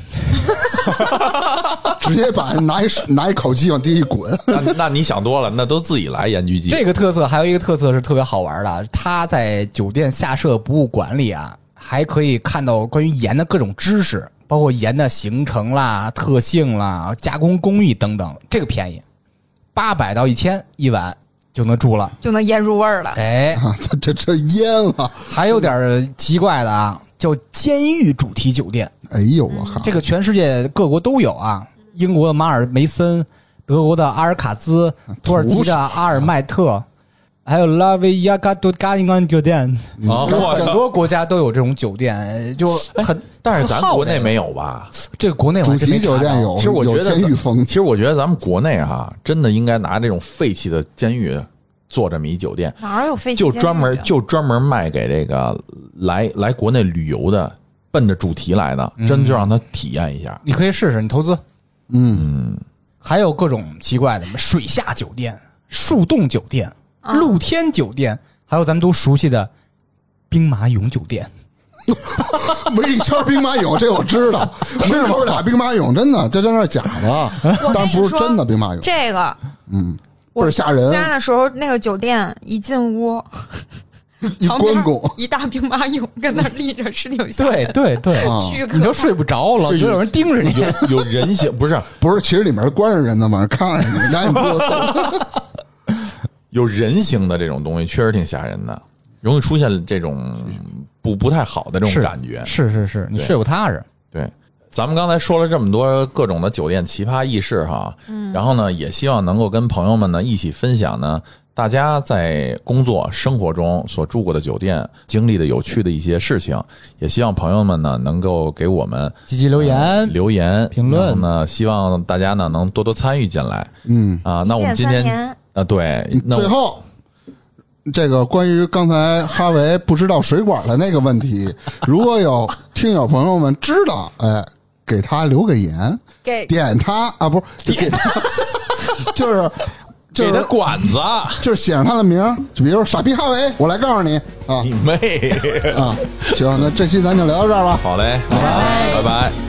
直接把拿一烤鸡往地一滚。 那你想多了，那都自己来盐焗鸡。 这个特色还有一个特色是特别好玩的，他在酒店下设博物馆里啊，还可以看到关于盐的各种知识，包括盐的形成啦、特性啦、加工工艺等等。这个便宜，800到1000一晚就能住了， 就能腌入味儿了。 这腌了。 还有点奇怪的啊，叫监狱主题酒店。 哎呦我靠！ 这个全世界各国都有啊，英国的马尔梅森，德国的阿尔卡兹，土耳其的阿尔麦特，还有拉维亚嘎多嘎林安酒店。很多国家都有这种酒店，就很。 但是咱国内没有吧？ 这个国内主题酒店有， 其实我觉得监狱风。 其实我觉得咱们国内真的应该拿这种废弃的监狱做这么一酒店。 哪有废弃？ 就专门卖给这个来国内旅游的，奔着主题来的，真的就让他体验一下。 你可以试试，你投资。还有各种奇怪的，水下酒店、树洞酒店、露天酒店，还有咱们都熟悉的兵马俑酒店。 围一圈兵马俑，这我知道，门口俩兵马俑，真的，这真是假的，但不是真的兵马俑。 这个， 倍儿吓人。 家的时候，那个酒店一进屋， 一关公， 一大兵马俑跟那立着，是挺吓人。 对，你都睡不着了，就有人盯着你。 有人性，不是， 其实里面关着人呢，往上看着你，那你不动。 有人形的这种东西，确实挺吓人的，容易出现这种不太好的这种感觉。 是，你睡不踏实。 对，咱们刚才说了这么多各种的酒店奇葩轶事哈，然后呢，也希望能够跟朋友们呢一起分享呢，大家在工作生活中所住过的酒店经历的有趣的一些事情，也希望朋友们呢能够给我们积极留言评论。 然后呢，希望大家呢能多多参与进来。那我们今天对， 最后。这个关于刚才哈维不知道水管的那个问题，如果有听友朋友们知道，给他留个言，点他啊，不是给他，就是给他管子， 就是写上他的名，就比如说傻逼哈维，我来告诉你啊， 你妹啊！行，那这期咱就聊到这儿吧。 好嘞，拜拜。